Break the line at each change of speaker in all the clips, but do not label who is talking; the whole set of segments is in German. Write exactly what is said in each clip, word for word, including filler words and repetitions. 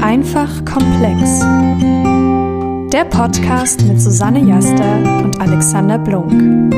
Einfach komplex. Der Podcast mit Susanne Jaster und Alexander Blunk.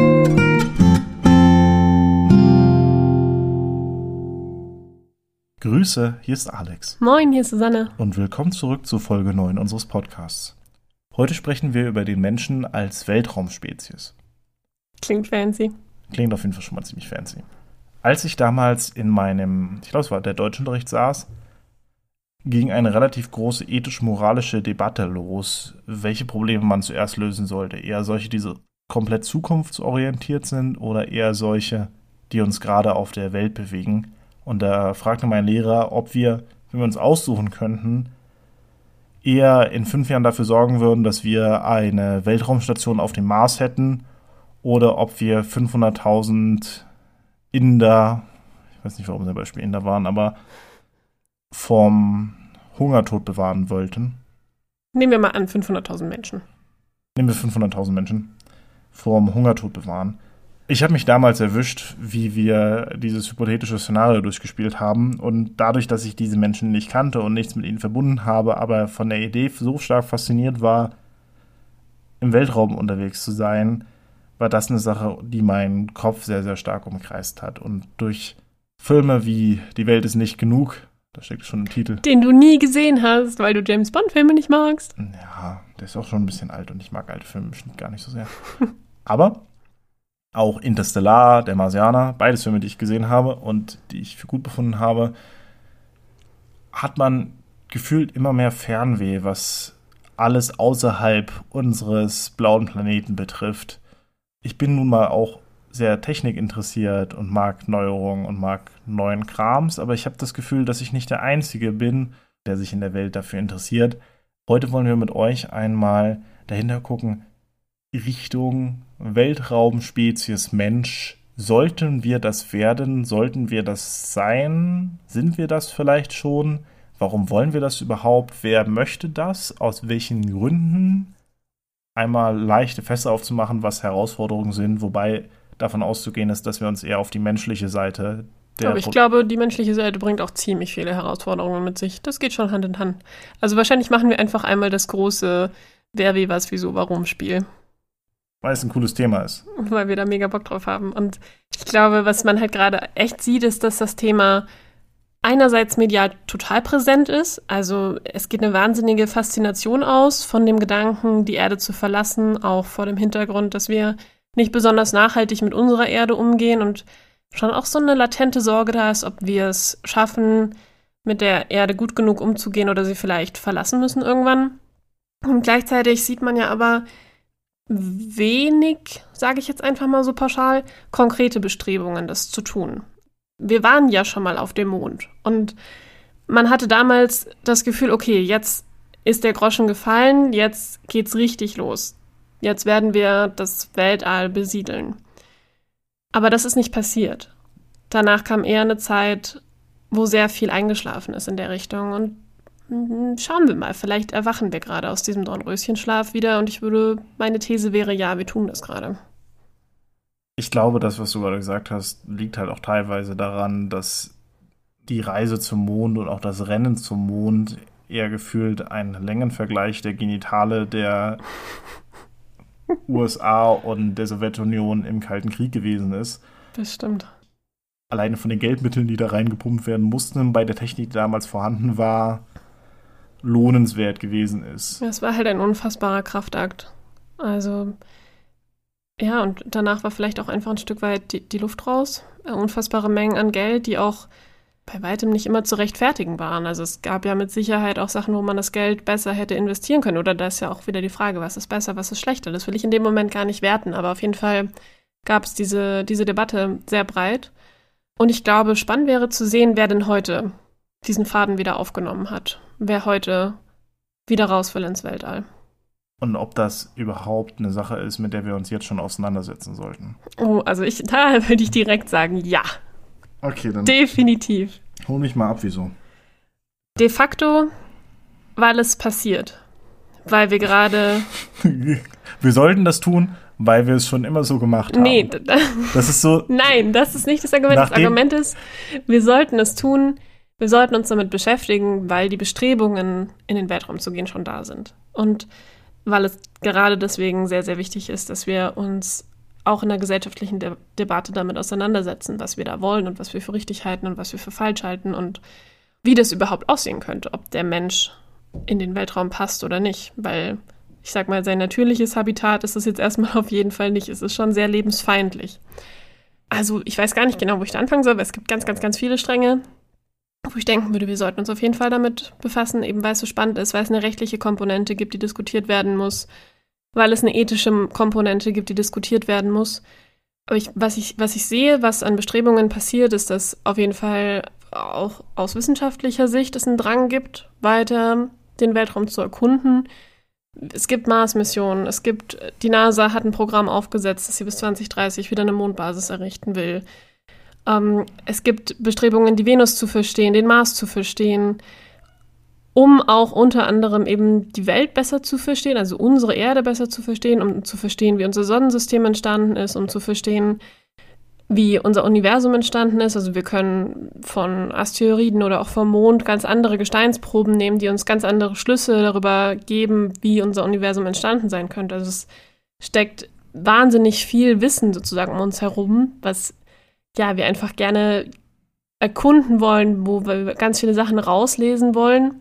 Grüße, hier ist Alex.
Moin, hier ist Susanne.
Und willkommen zurück zu Folge neun unseres Podcasts. Heute sprechen wir über den Menschen als Weltraumspezies.
Klingt fancy.
Klingt auf jeden Fall schon mal ziemlich fancy. Als ich damals in meinem, ich glaube es war der Deutschunterricht saß, ging eine relativ große ethisch-moralische Debatte los, welche Probleme man zuerst lösen sollte. Eher solche, die so komplett zukunftsorientiert sind oder eher solche, die uns gerade auf der Welt bewegen. Und da fragte mein Lehrer, ob wir, wenn wir uns aussuchen könnten, eher in fünf Jahren dafür sorgen würden, dass wir eine Weltraumstation auf dem Mars hätten oder ob wir fünfhunderttausend Inder, ich weiß nicht, warum sie Beispiel Inder waren, aber vom Hungertod bewahren wollten.
Nehmen wir mal an, fünfhunderttausend Menschen.
Nehmen wir fünfhunderttausend Menschen vom Hungertod bewahren. Ich habe mich damals erwischt, wie wir dieses hypothetische Szenario durchgespielt haben. Und dadurch, dass ich diese Menschen nicht kannte und nichts mit ihnen verbunden habe, aber von der Idee so stark fasziniert war, im Weltraum unterwegs zu sein, war das eine Sache, die meinen Kopf sehr, sehr stark umkreist hat. Und durch Filme wie Die Welt ist nicht genug, da steckt schon ein Titel.
Den du nie gesehen hast, weil du James-Bond-Filme nicht magst.
Ja, der ist auch schon ein bisschen alt und ich mag alte Filme bestimmt gar nicht so sehr. Aber auch Interstellar, Der Marsianer, beides Filme, die ich gesehen habe und die ich für gut befunden habe, hat man gefühlt immer mehr Fernweh, was alles außerhalb unseres blauen Planeten betrifft. Ich bin nun mal auch sehr technikinteressiert und mag Neuerungen und mag neuen Krams, aber ich habe das Gefühl, dass ich nicht der Einzige bin, der sich in der Welt dafür interessiert. Heute wollen wir mit euch einmal dahinter gucken, Richtung Weltraumspezies Mensch. Sollten wir das werden? Sollten wir das sein? Sind wir das vielleicht schon? Warum wollen wir das überhaupt? Wer möchte das? Aus welchen Gründen? Einmal leichte Fässer aufzumachen, was Herausforderungen sind, wobei davon auszugehen ist, dass wir uns eher auf die menschliche Seite der
Aber ich Pro- glaube, die menschliche Seite bringt auch ziemlich viele Herausforderungen mit sich. Das geht schon Hand in Hand. Also wahrscheinlich machen wir einfach einmal das große Wer, wie, was, wieso, warum Spiel.
Weil es ein cooles Thema ist.
Weil wir da mega Bock drauf haben. Und ich glaube, was man halt gerade echt sieht, ist, dass das Thema einerseits medial total präsent ist. Also es geht eine wahnsinnige Faszination aus von dem Gedanken, die Erde zu verlassen, auch vor dem Hintergrund, dass wir nicht besonders nachhaltig mit unserer Erde umgehen und schon auch so eine latente Sorge da ist, ob wir es schaffen, mit der Erde gut genug umzugehen oder sie vielleicht verlassen müssen irgendwann. Und gleichzeitig sieht man ja aber wenig, sage ich jetzt einfach mal so pauschal, konkrete Bestrebungen, das zu tun. Wir waren ja schon mal auf dem Mond und man hatte damals das Gefühl, okay, jetzt ist der Groschen gefallen, jetzt geht's richtig los. Jetzt werden wir das Weltall besiedeln. Aber das ist nicht passiert. Danach kam eher eine Zeit, wo sehr viel eingeschlafen ist in der Richtung. Und schauen wir mal, vielleicht erwachen wir gerade aus diesem Dornröschenschlaf wieder. Und ich würde, meine These wäre, ja, wir tun das gerade.
Ich glaube, das, was du gerade gesagt hast, liegt halt auch teilweise daran, dass die Reise zum Mond und auch das Rennen zum Mond eher gefühlt ein Längenvergleich der Genitale der U S A und der Sowjetunion im Kalten Krieg gewesen ist.
Das stimmt.
Alleine von den Geldmitteln, die da reingepumpt werden mussten, bei der Technik, die damals vorhanden war, lohnenswert gewesen ist.
Es war halt ein unfassbarer Kraftakt. Also, ja, und danach war vielleicht auch einfach ein Stück weit die, die Luft raus. Unfassbare Mengen an Geld, die auch bei weitem nicht immer zu rechtfertigen waren. Also es gab ja mit Sicherheit auch Sachen, wo man das Geld besser hätte investieren können. Oder da ist ja auch wieder die Frage, was ist besser, was ist schlechter. Das will ich in dem Moment gar nicht werten. Aber auf jeden Fall gab es diese, diese Debatte sehr breit. Und ich glaube, spannend wäre zu sehen, wer denn heute diesen Faden wieder aufgenommen hat. Wer heute wieder raus will ins Weltall.
Und ob das überhaupt eine Sache ist, mit der wir uns jetzt schon auseinandersetzen sollten.
Oh, also ich, da würde ich direkt sagen, ja.
Okay, dann
definitiv.
Hol mich mal ab, wieso?
De facto, weil es passiert. Weil wir gerade...
Wir sollten das tun, weil wir es schon immer so gemacht haben.
Nee.
Das ist so...
Nein, das ist nicht das Argument. Das
Nachdem-
Argument ist, wir sollten es tun, wir sollten uns damit beschäftigen, weil die Bestrebungen, in den Weltraum zu gehen, schon da sind. Und weil es gerade deswegen sehr, sehr wichtig ist, dass wir uns auch in der gesellschaftlichen De- Debatte damit auseinandersetzen, was wir da wollen und was wir für richtig halten und was wir für falsch halten und wie das überhaupt aussehen könnte, ob der Mensch in den Weltraum passt oder nicht. Weil, ich sag mal, sein natürliches Habitat ist es jetzt erstmal auf jeden Fall nicht. Es ist schon sehr lebensfeindlich. Also ich weiß gar nicht genau, wo ich da anfangen soll, weil es gibt ganz, ganz, ganz viele Stränge, wo ich denken würde, wir sollten uns auf jeden Fall damit befassen, eben weil es so spannend ist, weil es eine rechtliche Komponente gibt, die diskutiert werden muss, weil es eine ethische Komponente gibt, die diskutiert werden muss. Aber ich, was, ich, was ich sehe, was an Bestrebungen passiert, ist, dass auf jeden Fall auch aus wissenschaftlicher Sicht es einen Drang gibt, weiter den Weltraum zu erkunden. Es gibt Mars-Missionen, es gibt, die NASA hat ein Programm aufgesetzt, das sie bis zwanzig dreißig wieder eine Mondbasis errichten will. Ähm, es gibt Bestrebungen, die Venus zu verstehen, den Mars zu verstehen, um auch unter anderem eben die Welt besser zu verstehen, also unsere Erde besser zu verstehen, um zu verstehen, wie unser Sonnensystem entstanden ist, um zu verstehen, wie unser Universum entstanden ist. Also wir können von Asteroiden oder auch vom Mond ganz andere Gesteinsproben nehmen, die uns ganz andere Schlüsse darüber geben, wie unser Universum entstanden sein könnte. Also es steckt wahnsinnig viel Wissen sozusagen um uns herum, was ja wir einfach gerne erkunden wollen, wo wir ganz viele Sachen rauslesen wollen.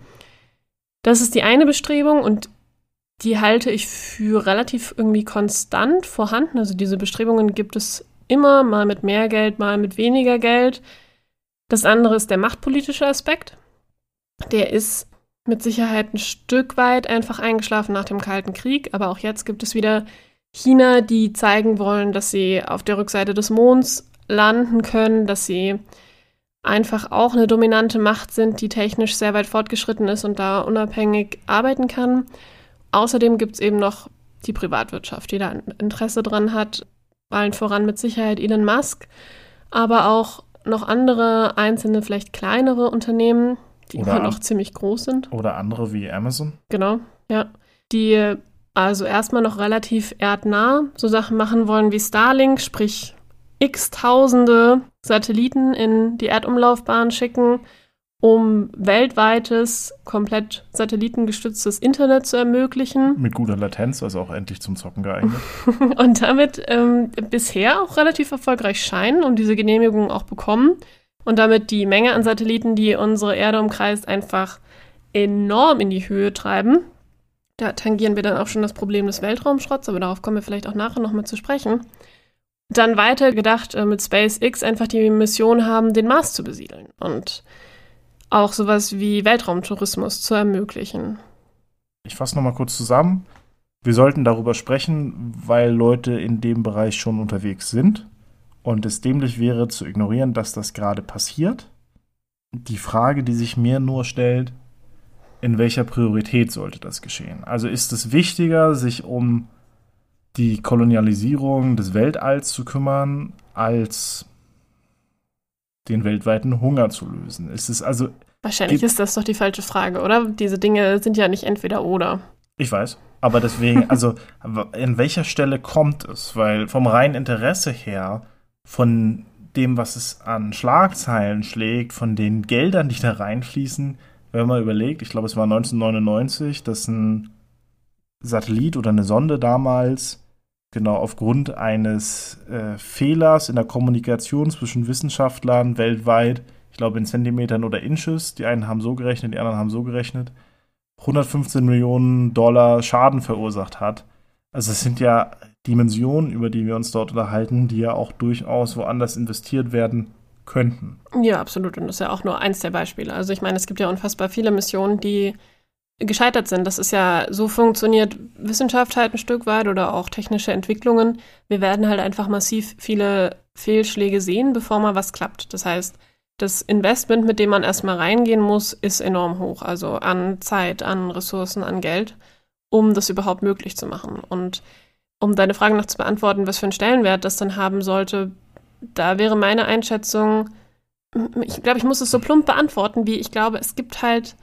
Das ist die eine Bestrebung und die halte ich für relativ irgendwie konstant vorhanden. Also diese Bestrebungen gibt es immer, mal mit mehr Geld, mal mit weniger Geld. Das andere ist der machtpolitische Aspekt. Der ist mit Sicherheit ein Stück weit einfach eingeschlafen nach dem Kalten Krieg, aber auch jetzt gibt es wieder China, die zeigen wollen, dass sie auf der Rückseite des Monds landen können, dass sie einfach auch eine dominante Macht sind, die technisch sehr weit fortgeschritten ist und da unabhängig arbeiten kann. Außerdem gibt es eben noch die Privatwirtschaft, die da Interesse dran hat, allen voran mit Sicherheit Elon Musk, aber auch noch andere einzelne, vielleicht kleinere Unternehmen, die
oder
immer
an-
noch ziemlich groß sind.
Oder andere wie Amazon.
Genau, ja. Die also erstmal noch relativ erdnah so Sachen machen wollen wie Starlink, sprich x Tausende Satelliten in die Erdumlaufbahn schicken, um weltweites, komplett satellitengestütztes Internet zu ermöglichen.
Mit guter Latenz, also auch endlich zum Zocken geeignet.
Und damit ähm, bisher auch relativ erfolgreich scheinen und diese Genehmigung auch bekommen. Und damit die Menge an Satelliten, die unsere Erde umkreist, einfach enorm in die Höhe treiben. Da tangieren wir dann auch schon das Problem des Weltraumschrotts, aber darauf kommen wir vielleicht auch nachher nochmal zu sprechen. Dann weiter gedacht äh, mit SpaceX einfach die Mission haben, den Mars zu besiedeln und auch sowas wie Weltraumtourismus zu ermöglichen.
Ich fasse nochmal kurz zusammen. Wir sollten darüber sprechen, weil Leute in dem Bereich schon unterwegs sind und es dämlich wäre zu ignorieren, dass das gerade passiert. Die Frage, die sich mir nur stellt, in welcher Priorität sollte das geschehen? Also ist es wichtiger, sich um die Kolonialisierung des Weltalls zu kümmern, als den weltweiten Hunger zu lösen? Ist es also
Wahrscheinlich
gibt,
ist das doch die falsche Frage, oder? Diese Dinge sind ja nicht entweder oder.
Ich weiß, aber deswegen, also in welcher Stelle kommt es? Weil vom reinen Interesse her, von dem, was es an Schlagzeilen schlägt, von den Geldern, die da reinfließen, wenn man überlegt, ich glaube, es war neunzehnhundertneunundneunzig, dass ein Satellit oder eine Sonde damals genau aufgrund eines äh, Fehlers in der Kommunikation zwischen Wissenschaftlern weltweit, ich glaube in Zentimetern oder Inches, die einen haben so gerechnet, die anderen haben so gerechnet, hundertfünfzehn Millionen Dollar Schaden verursacht hat. Also es sind ja Dimensionen, über die wir uns dort unterhalten, die ja auch durchaus woanders investiert werden könnten.
Ja, absolut. Und das ist ja auch nur eins der Beispiele. Also ich meine, es gibt ja unfassbar viele Missionen, die gescheitert sind. Das ist ja, so funktioniert Wissenschaft halt ein Stück weit oder auch technische Entwicklungen. Wir werden halt einfach massiv viele Fehlschläge sehen, bevor mal was klappt. Das heißt, das Investment, mit dem man erstmal reingehen muss, ist enorm hoch. Also an Zeit, an Ressourcen, an Geld, um das überhaupt möglich zu machen. Und um deine Frage noch zu beantworten, was für einen Stellenwert das dann haben sollte, da wäre meine Einschätzung, ich glaube, ich muss es so plump beantworten, wie ich glaube, es gibt halt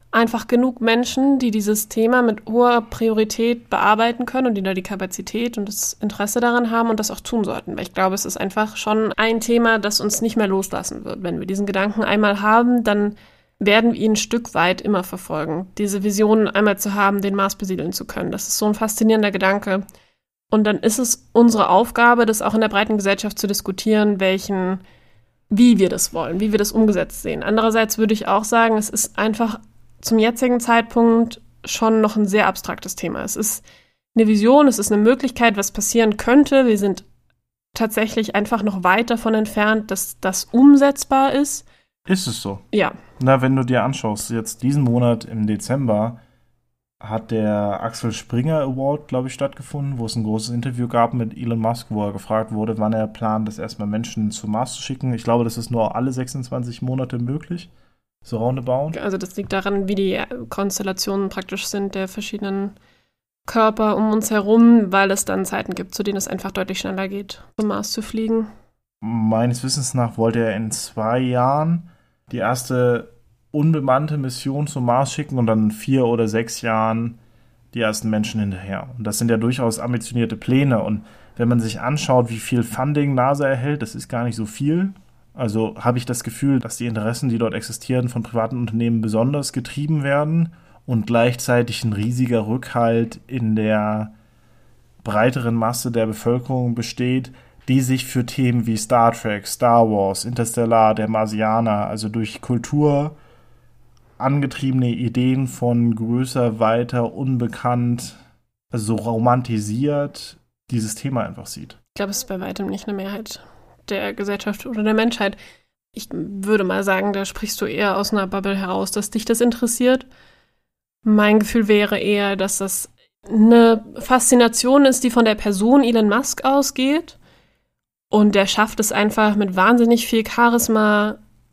einfach genug Menschen, die dieses Thema mit hoher Priorität bearbeiten können und die da die Kapazität und das Interesse daran haben und das auch tun sollten. Weil ich glaube, es ist einfach schon ein Thema, das uns nicht mehr loslassen wird. Wenn wir diesen Gedanken einmal haben, dann werden wir ihn ein Stück weit immer verfolgen. Diese Vision einmal zu haben, den Mars besiedeln zu können. Das ist so ein faszinierender Gedanke. Und dann ist es unsere Aufgabe, das auch in der breiten Gesellschaft zu diskutieren, welchen, wie wir das wollen, wie wir das umgesetzt sehen. Andererseits würde ich auch sagen, es ist einfach zum jetzigen Zeitpunkt schon noch ein sehr abstraktes Thema. Es ist eine Vision, es ist eine Möglichkeit, was passieren könnte. Wir sind tatsächlich einfach noch weit davon entfernt, dass das umsetzbar ist.
Ist es so?
Ja.
Na, wenn du dir anschaust, jetzt diesen Monat im Dezember hat der Axel Springer Award, glaube ich, stattgefunden, wo es ein großes Interview gab mit Elon Musk, wo er gefragt wurde, wann er plant, das erstmal Menschen zum Mars zu schicken. Ich glaube, das ist nur alle sechsundzwanzig Monate möglich. So roundabout.
Also das liegt daran, wie die Konstellationen praktisch sind der verschiedenen Körper um uns herum, weil es dann Zeiten gibt, zu denen es einfach deutlich schneller geht, zum Mars zu fliegen.
Meines Wissens nach wollte er in zwei Jahren die erste unbemannte Mission zum Mars schicken und dann in vier oder sechs Jahren die ersten Menschen hinterher. Und das sind ja durchaus ambitionierte Pläne. Und wenn man sich anschaut, wie viel Funding NASA erhält, das ist gar nicht so viel. Also habe ich das Gefühl, dass die Interessen, die dort existieren, von privaten Unternehmen besonders getrieben werden und gleichzeitig ein riesiger Rückhalt in der breiteren Masse der Bevölkerung besteht, die sich für Themen wie Star Trek, Star Wars, Interstellar, der Marsianer, also durch Kultur angetriebene Ideen von größer, weiter, unbekannt, also so romantisiert, dieses Thema einfach sieht.
Ich glaube, es ist bei weitem nicht eine Mehrheit der Gesellschaft oder der Menschheit. Ich würde mal sagen, da sprichst du eher aus einer Bubble heraus, dass dich das interessiert. Mein Gefühl wäre eher, dass das eine Faszination ist, die von der Person Elon Musk ausgeht. Und der schafft es einfach mit wahnsinnig viel Charisma,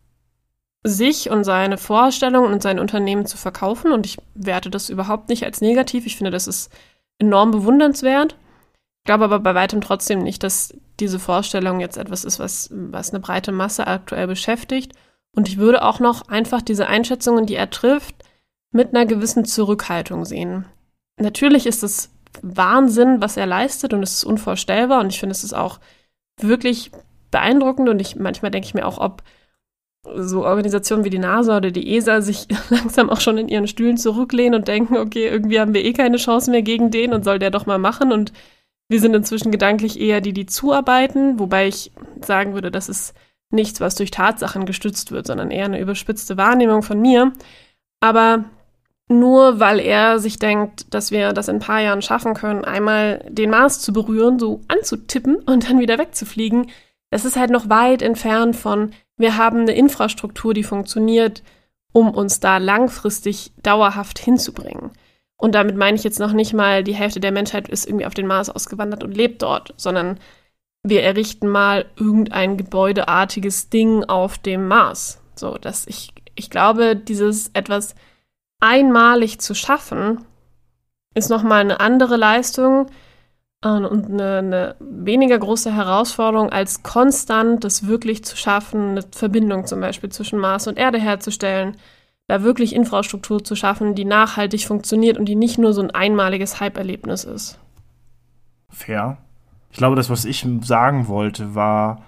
sich und seine Vorstellungen und sein Unternehmen zu verkaufen. Und ich werte das überhaupt nicht als negativ. Ich finde, das ist enorm bewundernswert. Ich glaube aber bei weitem trotzdem nicht, dass diese Vorstellung jetzt etwas ist, was, was eine breite Masse aktuell beschäftigt. Und ich würde auch noch einfach diese Einschätzungen, die er trifft, mit einer gewissen Zurückhaltung sehen. Natürlich ist es Wahnsinn, was er leistet, und es ist unvorstellbar. Und ich finde, es ist auch wirklich beeindruckend. Und ich manchmal denke ich mir auch, ob so Organisationen wie die NASA oder die E S A sich langsam auch schon in ihren Stühlen zurücklehnen und denken, okay, irgendwie haben wir eh keine Chance mehr gegen den und soll der doch mal machen. Und wir sind inzwischen gedanklich eher die, die zuarbeiten, wobei ich sagen würde, das ist nichts, was durch Tatsachen gestützt wird, sondern eher eine überspitzte Wahrnehmung von mir. Aber nur weil er sich denkt, dass wir das in ein paar Jahren schaffen können, einmal den Mars zu berühren, so anzutippen und dann wieder wegzufliegen, das ist halt noch weit entfernt von, wir haben eine Infrastruktur, die funktioniert, um uns da langfristig dauerhaft hinzubringen. Und damit meine ich jetzt noch nicht mal, die Hälfte der Menschheit ist irgendwie auf den Mars ausgewandert und lebt dort, sondern wir errichten mal irgendein gebäudeartiges Ding auf dem Mars. So, dass ich, ich glaube, dieses etwas einmalig zu schaffen, ist nochmal eine andere Leistung äh, und eine, eine weniger große Herausforderung, als konstant das wirklich zu schaffen, eine Verbindung zum Beispiel zwischen Mars und Erde herzustellen, da wirklich Infrastruktur zu schaffen, die nachhaltig funktioniert und die nicht nur so ein einmaliges Hype-Erlebnis ist.
Fair. Ich glaube, das, was ich sagen wollte, war,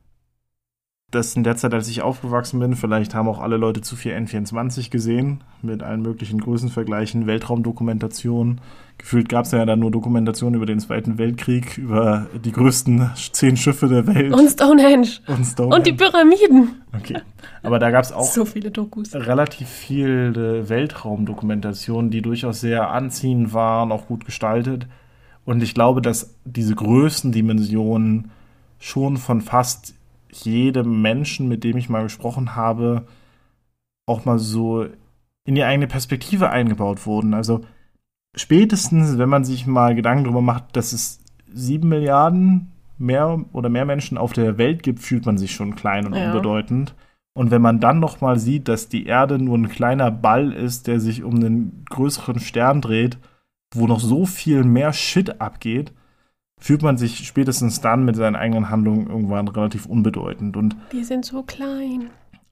dass in der Zeit, als ich aufgewachsen bin, vielleicht haben auch alle Leute zu viel N vierundzwanzig gesehen, mit allen möglichen Größenvergleichen, Weltraumdokumentationen. Gefühlt gab es ja dann nur Dokumentationen über den Zweiten Weltkrieg, über die größten zehn Schiffe der Welt.
Und Stonehenge.
Und Stonehenge.
Und die Pyramiden.
Okay. Aber da gab es auch
so viele Dokus.
Relativ viele Weltraumdokumentationen, die durchaus sehr anziehend waren, auch gut gestaltet. Und ich glaube, dass diese Größendimensionen schon von fast jedem Menschen, mit dem ich mal gesprochen habe, auch mal so in die eigene Perspektive eingebaut wurden. Also spätestens, wenn man sich mal Gedanken darüber macht, dass es sieben Milliarden mehr oder mehr Menschen auf der Welt gibt, fühlt man sich schon klein und
ja.
unbedeutend. Und wenn man dann noch mal sieht, dass die Erde nur ein kleiner Ball ist, der sich um einen größeren Stern dreht, wo noch so viel mehr Shit abgeht, fühlt man sich spätestens dann mit seinen eigenen Handlungen irgendwann relativ unbedeutend. Und
wir sind so klein.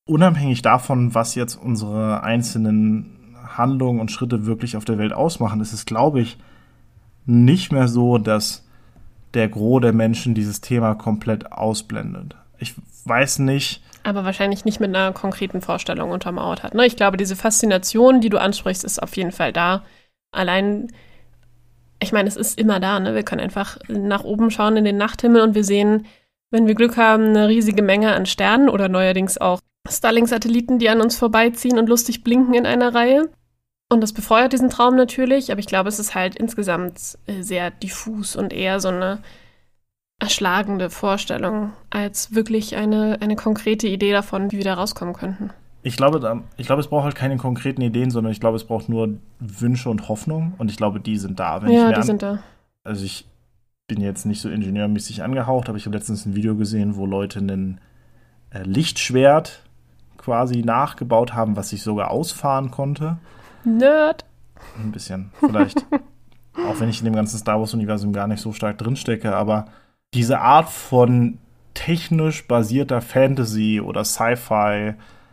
unabhängig davon, was jetzt unsere einzelnen Handlungen und Schritte wirklich auf der Welt ausmachen, ist es, glaube ich, nicht mehr so, dass der Gros der Menschen dieses Thema komplett ausblendet. Ich weiß nicht.
Aber wahrscheinlich nicht mit einer konkreten Vorstellung untermauert hat. Ne? Ich glaube, diese Faszination, die du ansprichst, ist auf jeden Fall da. Allein, ich meine, es ist immer da. Ne? Wir können einfach nach oben schauen in den Nachthimmel und wir sehen, wenn wir Glück haben, eine riesige Menge an Sternen oder neuerdings auch Starlink-Satelliten, die an uns vorbeiziehen und lustig blinken in einer Reihe. Und das befeuert diesen Traum natürlich, aber ich glaube, es ist halt insgesamt sehr diffus und eher so eine erschlagende Vorstellung, als wirklich eine, eine konkrete Idee davon, wie wir da rauskommen könnten.
Ich glaube, ich glaube, es braucht halt keine konkreten Ideen, sondern ich glaube, es braucht nur Wünsche und Hoffnung. Und ich glaube, die sind da. Wenn
ja,
ich
die
an,
sind da.
Also ich bin jetzt nicht so ingenieurmäßig angehaucht, aber ich habe letztens ein Video gesehen, wo Leute ein äh, Lichtschwert quasi nachgebaut haben, was sich sogar ausfahren konnte.
Nerd.
Ein bisschen, vielleicht. Auch wenn ich in dem ganzen Star Wars-Universum gar nicht so stark drinstecke, aber diese Art von technisch basierter Fantasy oder Sci-Fi,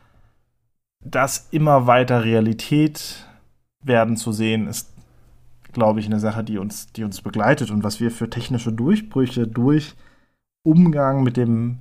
das immer weiter Realität werden zu sehen, ist, glaube ich, eine Sache, die uns, die uns begleitet. Und was wir für technische Durchbrüche durch Umgang mit dem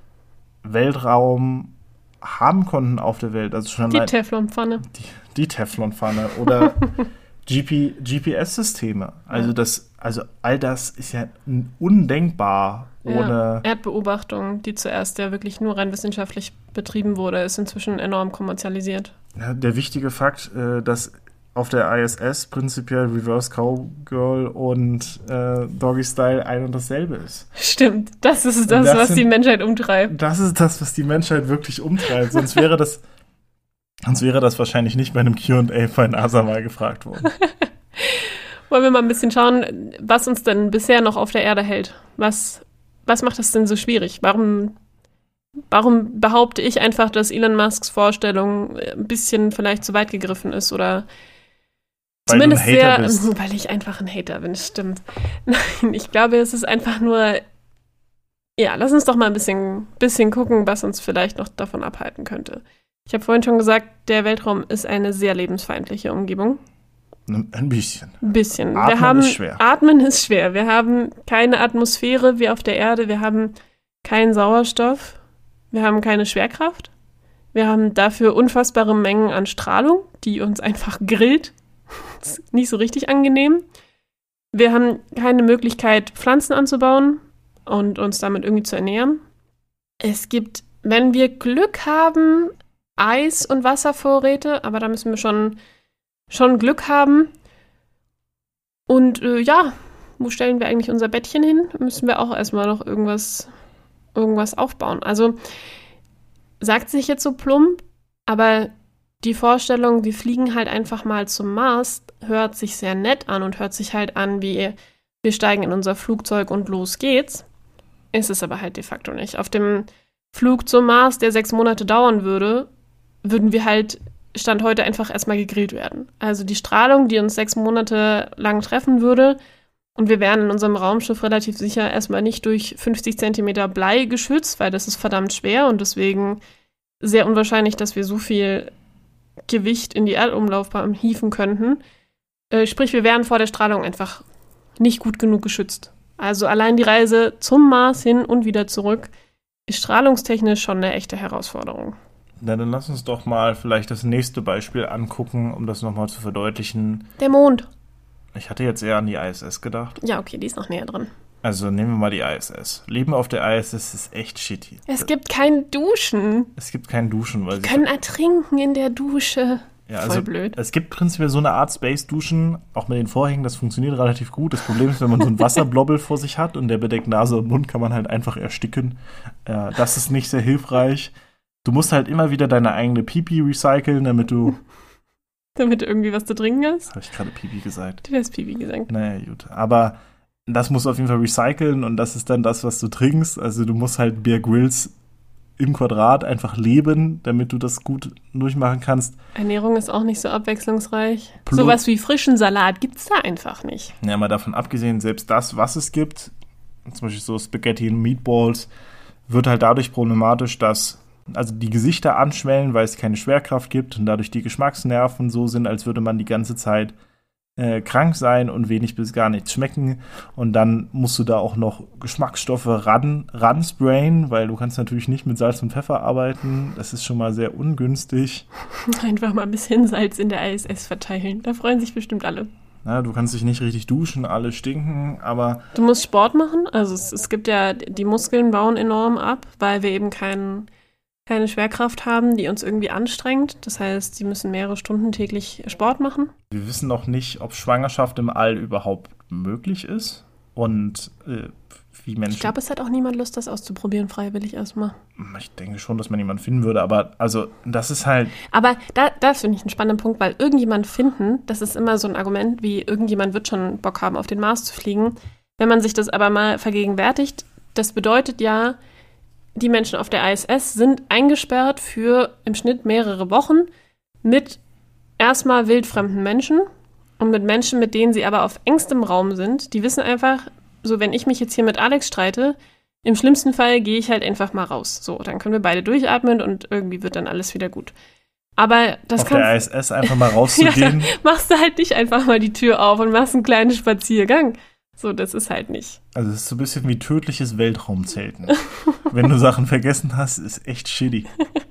Weltraum haben konnten auf der Welt. Also schon
die Teflonpfanne.
Die, die Teflonpfanne oder G P, G P S-Systeme. Also,
ja.
das, also all das ist ja undenkbar ohne.
Ja. Erdbeobachtung, die zuerst ja wirklich nur rein wissenschaftlich betrieben wurde, ist inzwischen enorm kommerzialisiert.
Ja, der wichtige Fakt, äh, dass auf der I S S prinzipiell Reverse Cowgirl und äh, Doggy Style ein und dasselbe ist.
Stimmt, das ist das,
das
was
sind,
die Menschheit umtreibt.
Das ist das, was die Menschheit wirklich umtreibt. Sonst wäre das, sonst wäre das wahrscheinlich nicht bei einem Q und A bei NASA mal gefragt worden.
Wollen wir mal ein bisschen schauen, was uns denn bisher noch auf der Erde hält? Was, was macht das denn so schwierig? Warum, warum behaupte ich einfach, dass Elon Musks Vorstellung ein bisschen vielleicht zu weit gegriffen ist oder
weil
zumindest
du ein Hater
sehr,
bist.
Weil ich einfach ein Hater bin, stimmt. Nein, ich glaube, es ist einfach nur, ja, lass uns doch mal ein bisschen, bisschen gucken, was uns vielleicht noch davon abhalten könnte. Ich habe vorhin schon gesagt, der Weltraum ist eine sehr lebensfeindliche Umgebung.
Ein bisschen.
Ein bisschen.
Atmen
wir haben,
ist schwer.
Atmen ist schwer. Wir haben keine Atmosphäre wie auf der Erde. Wir haben keinen Sauerstoff. Wir haben keine Schwerkraft. Wir haben dafür unfassbare Mengen an Strahlung, die uns einfach grillt. Das ist nicht so richtig angenehm. Wir haben keine Möglichkeit, Pflanzen anzubauen und uns damit irgendwie zu ernähren. Es gibt, wenn wir Glück haben, Eis- und Wasservorräte, aber da müssen wir schon, schon Glück haben. Und äh, ja, wo stellen wir eigentlich unser Bettchen hin? Müssen wir auch erstmal noch irgendwas, irgendwas aufbauen. Also sagt sich jetzt so plump, aber die Vorstellung, wir fliegen halt einfach mal zum Mars, hört sich sehr nett an und hört sich halt an, wie wir steigen in unser Flugzeug und los geht's. Ist es aber halt de facto nicht. Auf dem Flug zum Mars, der sechs Monate dauern würde, würden wir halt Stand heute einfach erstmal gegrillt werden. Also die Strahlung, die uns sechs Monate lang treffen würde, und wir wären in unserem Raumschiff relativ sicher erstmal nicht durch fünfzig Zentimeter Blei geschützt, weil das ist verdammt schwer und deswegen sehr unwahrscheinlich, dass wir so viel Gewicht in die Erdumlaufbahn hieven könnten. Äh, sprich, wir wären vor der Strahlung einfach nicht gut genug geschützt. Also allein die Reise zum Mars hin und wieder zurück ist strahlungstechnisch schon eine echte Herausforderung.
Na, dann lass uns doch mal vielleicht das nächste Beispiel angucken, um das nochmal zu verdeutlichen.
Der Mond.
Ich hatte jetzt eher an die I S S gedacht.
Ja, okay, die ist noch näher dran.
Also nehmen wir mal die I S S. Leben auf der I S S ist echt shitty.
Es gibt kein Duschen.
Es gibt kein Duschen. Weil
Wir können ertrinken in der Dusche.
Ja,
Voll
also
blöd.
Es gibt prinzipiell so eine Art Space-Duschen, auch mit den Vorhängen, das funktioniert relativ gut. Das Problem ist, wenn man so einen Wasserblobbel vor sich hat und der bedeckt Nase und Mund, kann man halt einfach ersticken. Äh, das ist nicht sehr hilfreich. Du musst halt immer wieder deine eigene Pipi recyceln, damit du...
Damit du irgendwie was zu trinken hast?
Habe ich gerade Pipi gesagt?
Du hast Pipi gesagt.
Naja, gut. Aber das musst du auf jeden Fall recyceln und das ist dann das, was du trinkst. Also du musst halt Bear Grylls im Quadrat einfach leben, damit du das gut durchmachen kannst.
Ernährung ist auch nicht so abwechslungsreich.
Plus,
Sowas wie frischen Salat gibt's da einfach nicht.
Ja, mal davon abgesehen, selbst das, was es gibt, zum Beispiel so Spaghetti und Meatballs, wird halt dadurch problematisch, dass also die Gesichter anschwellen, weil es keine Schwerkraft gibt und dadurch die Geschmacksnerven so sind, als würde man die ganze Zeit äh, krank sein und wenig bis gar nichts schmecken. Und dann musst du da auch noch Geschmacksstoffe ran, ransprayen, weil du kannst natürlich nicht mit Salz und Pfeffer arbeiten. Das ist schon mal sehr ungünstig.
Einfach mal ein bisschen Salz in der I S S verteilen. Da freuen sich bestimmt alle.
Na, du kannst dich nicht richtig duschen, alle stinken, aber...
Du musst Sport machen. Also es, es gibt ja, die Muskeln bauen enorm ab, weil wir eben kein, keine Schwerkraft haben, die uns irgendwie anstrengt. Das heißt, sie müssen mehrere Stunden täglich Sport machen.
Wir wissen noch nicht, ob Schwangerschaft im All überhaupt möglich ist und äh, wie Menschen...
Ich glaube, es hat auch niemand Lust, das auszuprobieren, freiwillig erstmal.
Ich denke schon, dass man jemanden finden würde, aber also das ist halt...
Aber da, das finde ich einen spannenden Punkt, weil irgendjemand finden, das ist immer so ein Argument, wie irgendjemand wird schon Bock haben, auf den Mars zu fliegen. Wenn man sich das aber mal vergegenwärtigt, das bedeutet ja, die Menschen auf der I S S sind eingesperrt für im Schnitt mehrere Wochen mit erstmal wildfremden Menschen und mit Menschen, mit denen sie aber auf engstem Raum sind. Die wissen einfach, so wenn ich mich jetzt hier mit Alex streite, im schlimmsten Fall gehe ich halt einfach mal raus. So, dann können wir beide durchatmen und irgendwie wird dann alles wieder gut. Aber das
auf der I S S einfach mal rauszugehen.
Ja, machst du halt nicht einfach mal die Tür auf und machst einen kleinen Spaziergang. So, das ist halt nicht.
Also es ist so ein bisschen wie tödliches Weltraumzelten. Wenn du Sachen vergessen hast, ist echt shitty.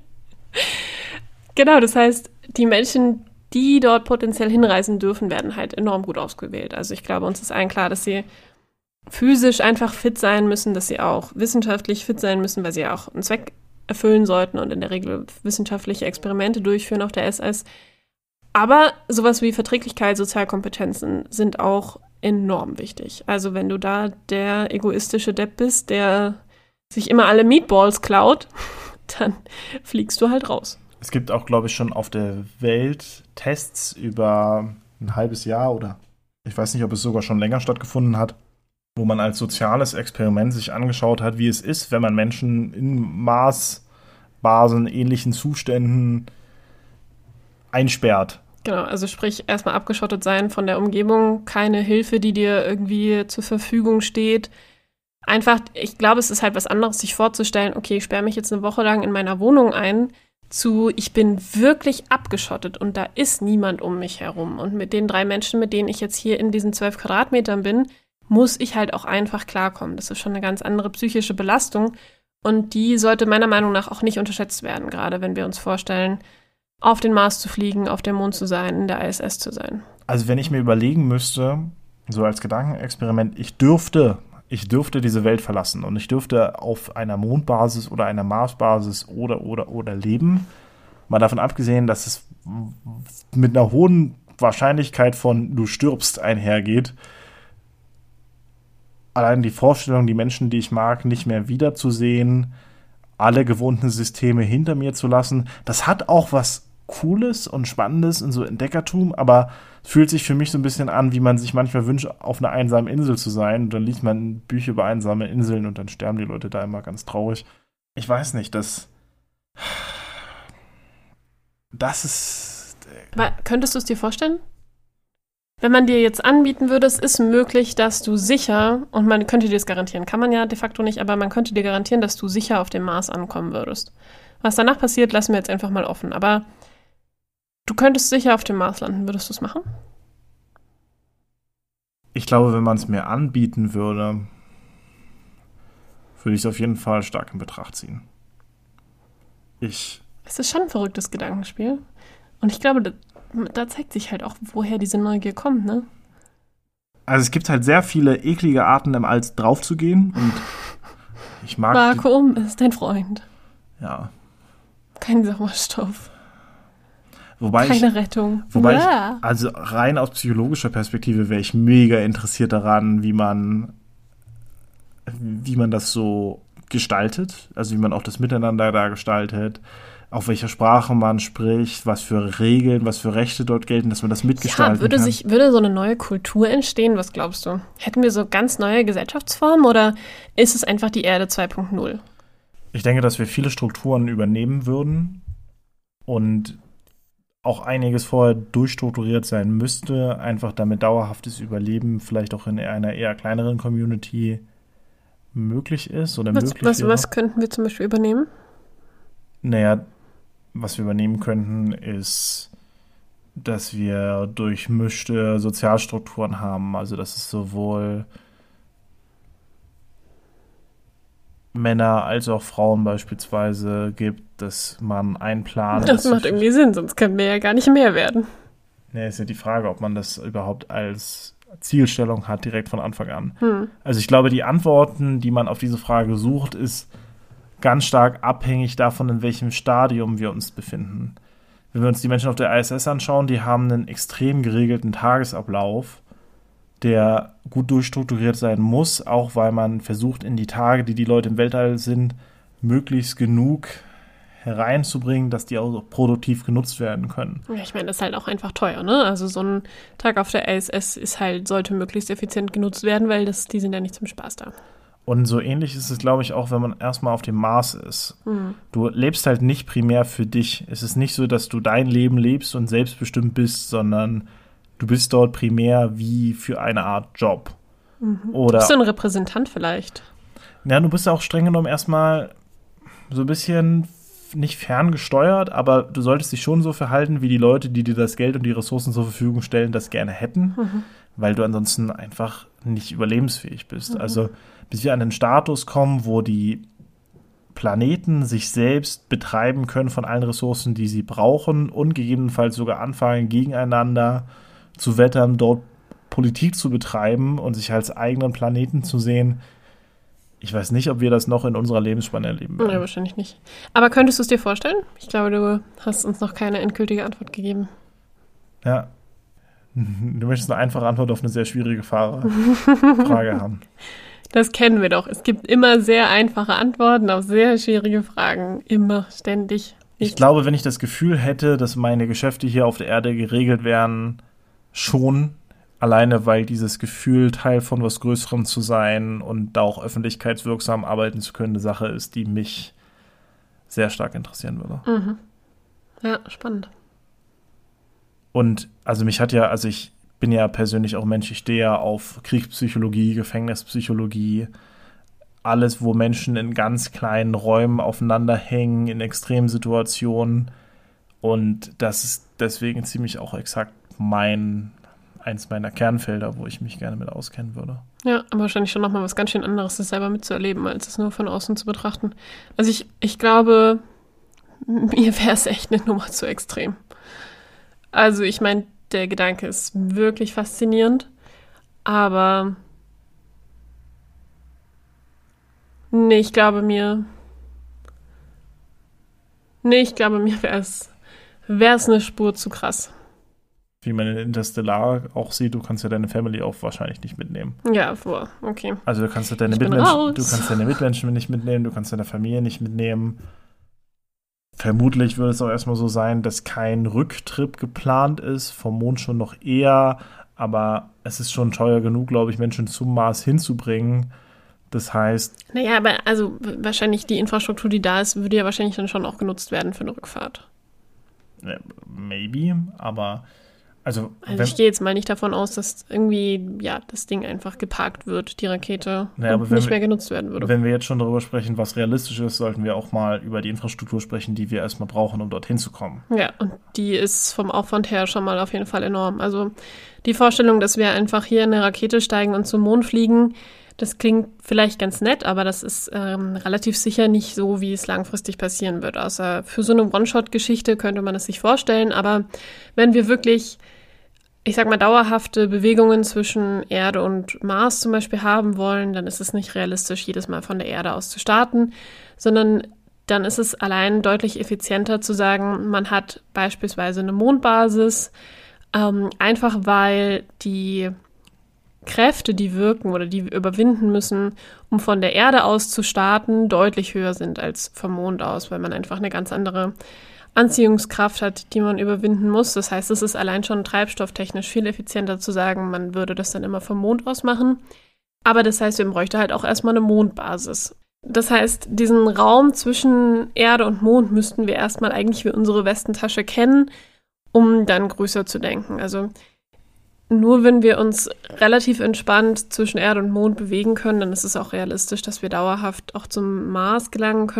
Genau, das heißt, die Menschen, die dort potenziell hinreisen dürfen, werden halt enorm gut ausgewählt. Also ich glaube, uns ist allen klar, dass sie physisch einfach fit sein müssen, dass sie auch wissenschaftlich fit sein müssen, weil sie ja auch einen Zweck erfüllen sollten und in der Regel wissenschaftliche Experimente durchführen auf der I S S. Aber sowas wie Verträglichkeit, Sozialkompetenzen sind auch enorm wichtig. Also wenn du da der egoistische Depp bist, der sich immer alle Meatballs klaut, dann fliegst du halt raus.
Es gibt auch, glaube ich, schon auf der Welt Tests über ein halbes Jahr oder ich weiß nicht, ob es sogar schon länger stattgefunden hat, wo man als soziales Experiment sich angeschaut hat, wie es ist, wenn man Menschen in Marsbasen, ähnlichen Zuständen einsperrt.
Genau, also sprich erstmal abgeschottet sein von der Umgebung, keine Hilfe, die dir irgendwie zur Verfügung steht. Einfach, ich glaube, es ist halt was anderes, sich vorzustellen, okay, ich sperre mich jetzt eine Woche lang in meiner Wohnung ein, zu, ich bin wirklich abgeschottet und da ist niemand um mich herum. Und mit den drei Menschen, mit denen ich jetzt hier in diesen zwölf Quadratmetern bin, muss ich halt auch einfach klarkommen. Das ist schon eine ganz andere psychische Belastung und die sollte meiner Meinung nach auch nicht unterschätzt werden, gerade wenn wir uns vorstellen, auf den Mars zu fliegen, auf dem Mond zu sein, in der I S S zu sein.
Also wenn ich mir überlegen müsste, so als Gedankenexperiment, ich dürfte, ich dürfte diese Welt verlassen und ich dürfte auf einer Mondbasis oder einer Marsbasis oder, oder, oder leben, mal davon abgesehen, dass es mit einer hohen Wahrscheinlichkeit von du stirbst einhergeht, allein die Vorstellung, die Menschen, die ich mag, nicht mehr wiederzusehen, alle gewohnten Systeme hinter mir zu lassen, das hat auch was Cooles und Spannendes in so Entdeckertum, aber fühlt sich für mich so ein bisschen an, wie man sich manchmal wünscht, auf einer einsamen Insel zu sein. Und dann liest man Bücher über einsame Inseln und dann sterben die Leute da immer ganz traurig. Ich weiß nicht, das das ist...
Aber könntest du es dir vorstellen? Wenn man dir jetzt anbieten würde, es ist möglich, dass du sicher, und man könnte dir das garantieren, kann man ja de facto nicht, aber man könnte dir garantieren, dass du sicher auf dem Mars ankommen würdest. Was danach passiert, lassen wir jetzt einfach mal offen. Aber du könntest sicher auf dem Mars landen. Würdest du es machen?
Ich glaube, wenn man es mir anbieten würde, würde ich es auf jeden Fall stark in Betracht ziehen. Ich...
Es ist schon ein verrücktes Gedankenspiel. Und ich glaube, da, da zeigt sich halt auch, woher diese Neugier kommt, ne?
Also es gibt halt sehr viele eklige Arten, im All drauf zu gehen. Und ich mag...
Vakuum ist dein Freund.
Ja.
Kein Sauerstoff.
Wobei
Keine
ich,
Rettung.
Wobei
ja.
ich, also rein aus psychologischer Perspektive wäre ich mega interessiert daran, wie man, wie man das so gestaltet, also wie man auch das Miteinander da gestaltet, auf welcher Sprache man spricht, was für Regeln, was für Rechte dort gelten, dass man das mitgestalten
ja, würde
kann.
Sich, würde so eine neue Kultur entstehen, was glaubst du? Hätten wir so ganz neue Gesellschaftsformen oder ist es einfach die Erde zwei Punkt null?
Ich denke, dass wir viele Strukturen übernehmen würden und auch einiges vorher durchstrukturiert sein müsste, einfach damit dauerhaftes Überleben vielleicht auch in einer eher kleineren Community möglich ist oder
was,
möglich
was,
wäre.
Was könnten wir zum Beispiel übernehmen?
Naja, was wir übernehmen könnten, ist, dass wir durchmischte Sozialstrukturen haben. Also, dass es sowohl Männer als auch Frauen beispielsweise gibt, dass man einplant.
Das macht irgendwie Sinn, sonst können wir ja gar nicht mehr werden.
Ja, ist ja die Frage, ob man das überhaupt als Zielstellung hat, direkt von Anfang an.
Hm.
Also ich glaube, die Antworten, die man auf diese Frage sucht, ist ganz stark abhängig davon, in welchem Stadium wir uns befinden. Wenn wir uns die Menschen auf der I S S anschauen, die haben einen extrem geregelten Tagesablauf, der gut durchstrukturiert sein muss, auch weil man versucht, in die Tage, die die Leute im Weltall sind, möglichst genug hereinzubringen, dass die auch produktiv genutzt werden können.
Ja, ich meine, das ist halt auch einfach teuer, ne? Also so ein Tag auf der I S S ist halt, sollte möglichst effizient genutzt werden, weil das, die sind ja nicht zum Spaß da.
Und so ähnlich ist es, glaube ich, auch, wenn man erstmal auf dem Mars ist.
Mhm.
Du lebst halt nicht primär für dich. Es ist nicht so, dass du dein Leben lebst und selbstbestimmt bist, sondern du bist dort primär wie für eine Art Job.
Mhm.
Oder,
bist du ein Repräsentant vielleicht?
Ja, du bist auch streng genommen erstmal so ein bisschen nicht ferngesteuert, aber du solltest dich schon so verhalten, wie die Leute, die dir das Geld und die Ressourcen zur Verfügung stellen, das gerne hätten,
Mhm.
weil du ansonsten einfach nicht überlebensfähig bist.
Mhm.
Also bis wir an den Status kommen, wo die Planeten sich selbst betreiben können von allen Ressourcen, die sie brauchen und gegebenenfalls sogar anfangen, gegeneinander zu wettern, dort Politik zu betreiben und sich als eigenen Planeten zu sehen. Ich weiß nicht, ob wir das noch in unserer Lebensspanne erleben werden.
Ja, wahrscheinlich nicht. Aber könntest du es dir vorstellen? Ich glaube, du hast uns noch keine endgültige Antwort gegeben.
Ja. Du möchtest eine einfache Antwort auf eine sehr schwierige Frage haben.
Das kennen wir doch. Es gibt immer sehr einfache Antworten auf sehr schwierige Fragen. Immer, ständig.
Ich glaube, wenn ich das Gefühl hätte, dass meine Geschäfte hier auf der Erde geregelt wären, schon. Alleine, weil dieses Gefühl, Teil von was Größerem zu sein und da auch öffentlichkeitswirksam arbeiten zu können, eine Sache ist, die mich sehr stark interessieren würde.
Mhm. Ja, spannend.
Und also mich hat ja, also ich bin ja persönlich auch Mensch, ich stehe ja auf Kriegspsychologie, Gefängnispsychologie, alles, wo Menschen in ganz kleinen Räumen aufeinander hängen, in Extremsituationen. Und das ist deswegen ziemlich auch exakt mein eins meiner Kernfelder, wo ich mich gerne mit auskennen würde.
Ja, aber wahrscheinlich schon nochmal was ganz schön anderes, das selber mitzuerleben, als es nur von außen zu betrachten. Also ich, ich glaube, mir wäre es echt eine Nummer zu extrem. Also ich meine, der Gedanke ist wirklich faszinierend, aber nee, ich glaube mir, nee, ich glaube mir wäre es wäre es eine Spur zu krass.
Wie man in Interstellar auch sieht, du kannst ja deine Family auch wahrscheinlich nicht mitnehmen.
Ja, vor, okay.
Also du kannst ja deine
Ich bin
Mitmenschen,
raus.
du kannst deine Mitmenschen nicht mitnehmen, du kannst deine Familie nicht mitnehmen. Vermutlich würde es auch erstmal so sein, dass kein Rücktrip geplant ist, vom Mond schon noch eher, aber es ist schon teuer genug, glaube ich, Menschen zum Mars hinzubringen. Das heißt...
Naja, aber also wahrscheinlich die Infrastruktur, die da ist, würde ja wahrscheinlich dann schon auch genutzt werden für eine Rückfahrt.
Maybe, aber... Also,
also ich gehe jetzt mal nicht davon aus, dass irgendwie ja das Ding einfach geparkt wird, die Rakete,
naja,
und
aber
nicht
wir,
mehr genutzt werden würde.
Wenn wir jetzt schon darüber sprechen, was realistisch ist, sollten wir auch mal über die Infrastruktur sprechen, die wir erstmal brauchen, um dorthin zu kommen.
Ja, und die ist vom Aufwand her schon mal auf jeden Fall enorm. Also die Vorstellung, dass wir einfach hier in eine Rakete steigen und zum Mond fliegen, das klingt vielleicht ganz nett, aber das ist ähm, relativ sicher nicht so, wie es langfristig passieren wird. Außer für so eine One-Shot-Geschichte könnte man es sich vorstellen. Aber wenn wir wirklich, ich sag mal, dauerhafte Bewegungen zwischen Erde und Mars zum Beispiel haben wollen, dann ist es nicht realistisch, jedes Mal von der Erde aus zu starten, sondern dann ist es allein deutlich effizienter zu sagen, man hat beispielsweise eine Mondbasis, ähm, einfach weil die Kräfte, die wirken oder die wir überwinden müssen, um von der Erde aus zu starten, deutlich höher sind als vom Mond aus, weil man einfach eine ganz andere Anziehungskraft hat, die man überwinden muss. Das heißt, es ist allein schon treibstofftechnisch viel effizienter zu sagen, man würde das dann immer vom Mond aus machen. Aber das heißt, wir bräuchten halt auch erstmal eine Mondbasis. Das heißt, diesen Raum zwischen Erde und Mond müssten wir erstmal eigentlich wie unsere Westentasche kennen, um dann größer zu denken. Also nur wenn wir uns relativ entspannt zwischen Erde und Mond bewegen können, dann ist es auch realistisch, dass wir dauerhaft auch zum Mars gelangen können.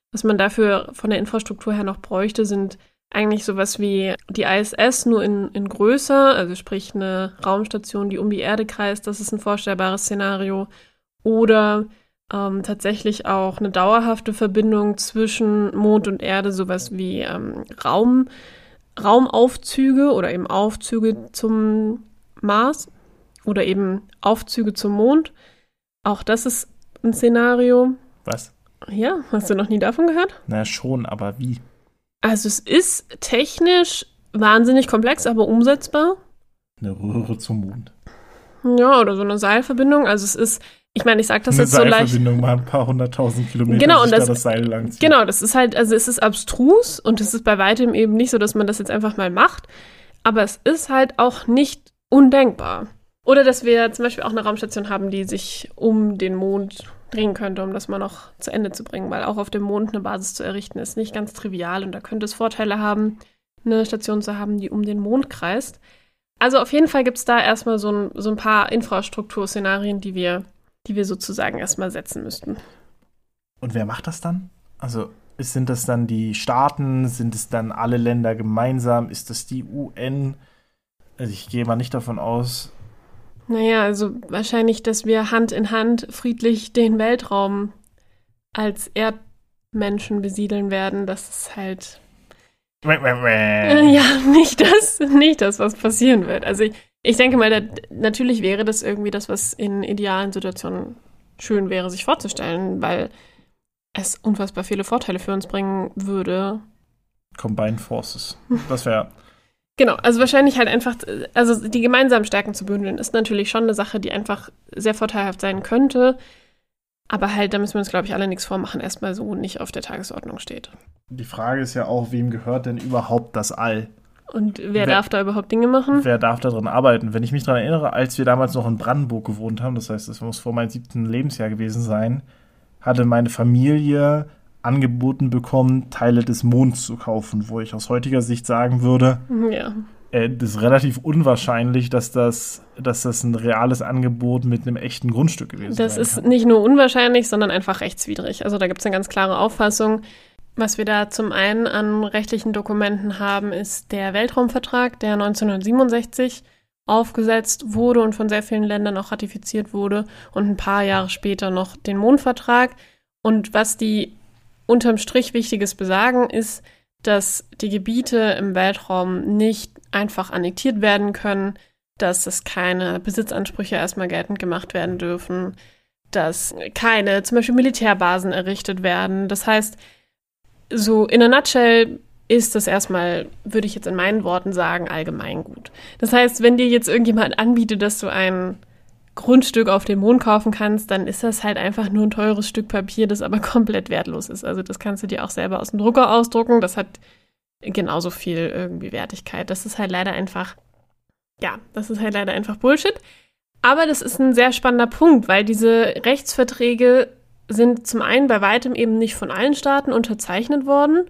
Was man dafür von der Infrastruktur her noch bräuchte, sind eigentlich sowas wie die I S S, nur in, in größer, also sprich eine Raumstation, die um die Erde kreist, das ist ein vorstellbares Szenario. Oder ähm, tatsächlich auch eine dauerhafte Verbindung zwischen Mond und Erde, sowas wie ähm, Raum, Raumaufzüge oder eben Aufzüge zum Mars oder eben Aufzüge zum Mond. Auch das ist ein Szenario.
Was?
Ja, hast du noch nie davon gehört?
Na schon, aber wie?
Also es ist technisch wahnsinnig komplex, aber umsetzbar.
Eine Röhre zum Mond.
Ja, oder so eine Seilverbindung. Also es ist, ich meine, ich sage das
eine
jetzt so leicht.
Eine Seilverbindung mal ein paar hunderttausend Kilometer,
genau, und
da
das,
das Seil lang zieht.
Genau, das ist halt, also es ist abstrus und es ist bei weitem eben nicht so, dass man das jetzt einfach mal macht. Aber es ist halt auch nicht undenkbar. Oder dass wir zum Beispiel auch eine Raumstation haben, die sich um den Mond drehen könnte, um das mal noch zu Ende zu bringen. Weil auch auf dem Mond eine Basis zu errichten, ist nicht ganz trivial. Und da könnte es Vorteile haben, eine Station zu haben, die um den Mond kreist. Also auf jeden Fall gibt es da erstmal so ein, so ein paar Infrastrukturszenarien, die wir, die wir sozusagen erstmal setzen müssten.
Und wer macht das dann? Also sind das dann die Staaten? Sind es dann alle Länder gemeinsam? Ist das die U N? Also ich gehe mal nicht davon aus.
Naja, also wahrscheinlich, dass wir Hand in Hand friedlich den Weltraum als Erdmenschen besiedeln werden. Das ist halt äh, ja nicht das, nicht das, was passieren wird. Also ich, ich denke mal, da, natürlich wäre das irgendwie das, was in idealen Situationen schön wäre, sich vorzustellen, weil es unfassbar viele Vorteile für uns bringen würde.
Combined Forces. Das wäre
Genau, also wahrscheinlich halt einfach, also die gemeinsamen Stärken zu bündeln, ist natürlich schon eine Sache, die einfach sehr vorteilhaft sein könnte. Aber halt, da müssen wir uns, glaube ich, alle nichts vormachen, erstmal so nicht auf der Tagesordnung steht.
Die Frage ist ja auch, wem gehört denn überhaupt das All?
Und wer,
wer
darf da überhaupt Dinge machen?
Wer darf da drin arbeiten? Wenn ich mich daran erinnere, als wir damals noch in Brandenburg gewohnt haben, das heißt, das muss vor meinem siebten Lebensjahr gewesen sein, hatte meine Familie angeboten bekommen, Teile des Monds zu kaufen, wo ich aus heutiger Sicht sagen würde,
ja.
äh, das ist relativ unwahrscheinlich, dass das, dass das ein reales Angebot mit einem echten Grundstück gewesen
Das
sein
ist
kann.
nicht nur unwahrscheinlich, sondern einfach rechtswidrig. Also da gibt es eine ganz klare Auffassung. Was wir da zum einen an rechtlichen Dokumenten haben, ist der Weltraumvertrag, der neunzehnhundertsiebenundsechzig aufgesetzt wurde und von sehr vielen Ländern auch ratifiziert wurde und ein paar Jahre später noch den Mondvertrag. Und was die unterm Strich Wichtiges besagen, ist, dass die Gebiete im Weltraum nicht einfach annektiert werden können, dass es keine Besitzansprüche erstmal geltend gemacht werden dürfen, dass keine zum Beispiel Militärbasen errichtet werden. Das heißt, so in a nutshell ist das erstmal, würde ich jetzt in meinen Worten sagen, allgemeingut. Das heißt, wenn dir jetzt irgendjemand anbietet, dass du ein Grundstück auf dem Mond kaufen kannst, dann ist das halt einfach nur ein teures Stück Papier, das aber komplett wertlos ist. Also das kannst du dir auch selber aus dem Drucker ausdrucken. Das hat genauso viel irgendwie Wertigkeit. Das ist halt leider einfach, ja, das ist halt leider einfach Bullshit. Aber das ist ein sehr spannender Punkt, weil diese Rechtsverträge sind zum einen bei weitem eben nicht von allen Staaten unterzeichnet worden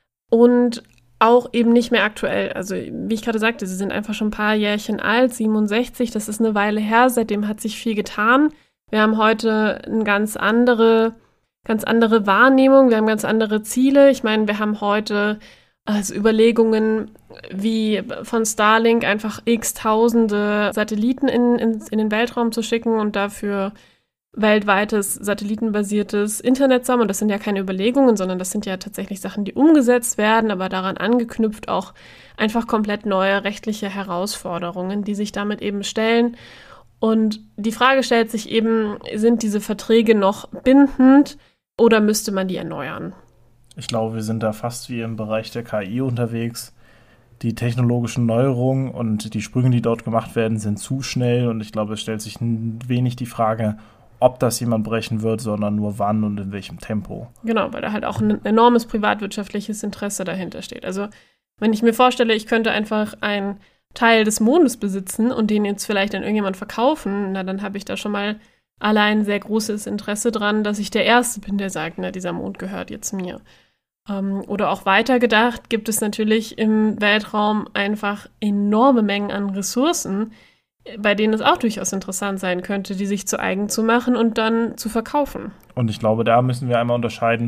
und auch eben nicht mehr aktuell. Also wie ich gerade sagte, sie sind einfach schon ein paar Jährchen alt, siebenundsechzig, das ist eine Weile her, seitdem hat sich viel getan. Wir haben heute eine ganz andere, ganz andere Wahrnehmung, wir haben ganz andere Ziele. Ich meine, wir haben heute also Überlegungen wie von Starlink einfach x tausende Satelliten in, in, in den Weltraum zu schicken und dafür weltweites satellitenbasiertes Internet zu haben. Und das sind ja keine Überlegungen, sondern das sind ja tatsächlich Sachen, die umgesetzt werden, aber daran angeknüpft auch einfach komplett neue rechtliche Herausforderungen, die sich damit eben stellen. Und die Frage stellt sich eben, sind diese Verträge noch bindend oder müsste man die erneuern?
Ich glaube, wir sind da fast wie im Bereich der K I unterwegs. Die technologischen Neuerungen und die Sprünge, die dort gemacht werden, sind zu schnell. Und ich glaube, es stellt sich wenig die Frage, ob das jemand brechen wird, sondern nur wann und in welchem Tempo.
Genau, weil da halt auch ein enormes privatwirtschaftliches Interesse dahinter steht. Also wenn ich mir vorstelle, ich könnte einfach einen Teil des Mondes besitzen und den jetzt vielleicht an irgendjemand verkaufen, na dann habe ich da schon mal allein sehr großes Interesse dran, dass ich der Erste bin, der sagt, na dieser Mond gehört jetzt mir. Ähm, oder auch weiter gedacht gibt es natürlich im Weltraum einfach enorme Mengen an Ressourcen, bei denen es auch durchaus interessant sein könnte, die sich zu eigen zu machen und dann zu verkaufen.
Und ich glaube, da müssen wir einmal unterscheiden,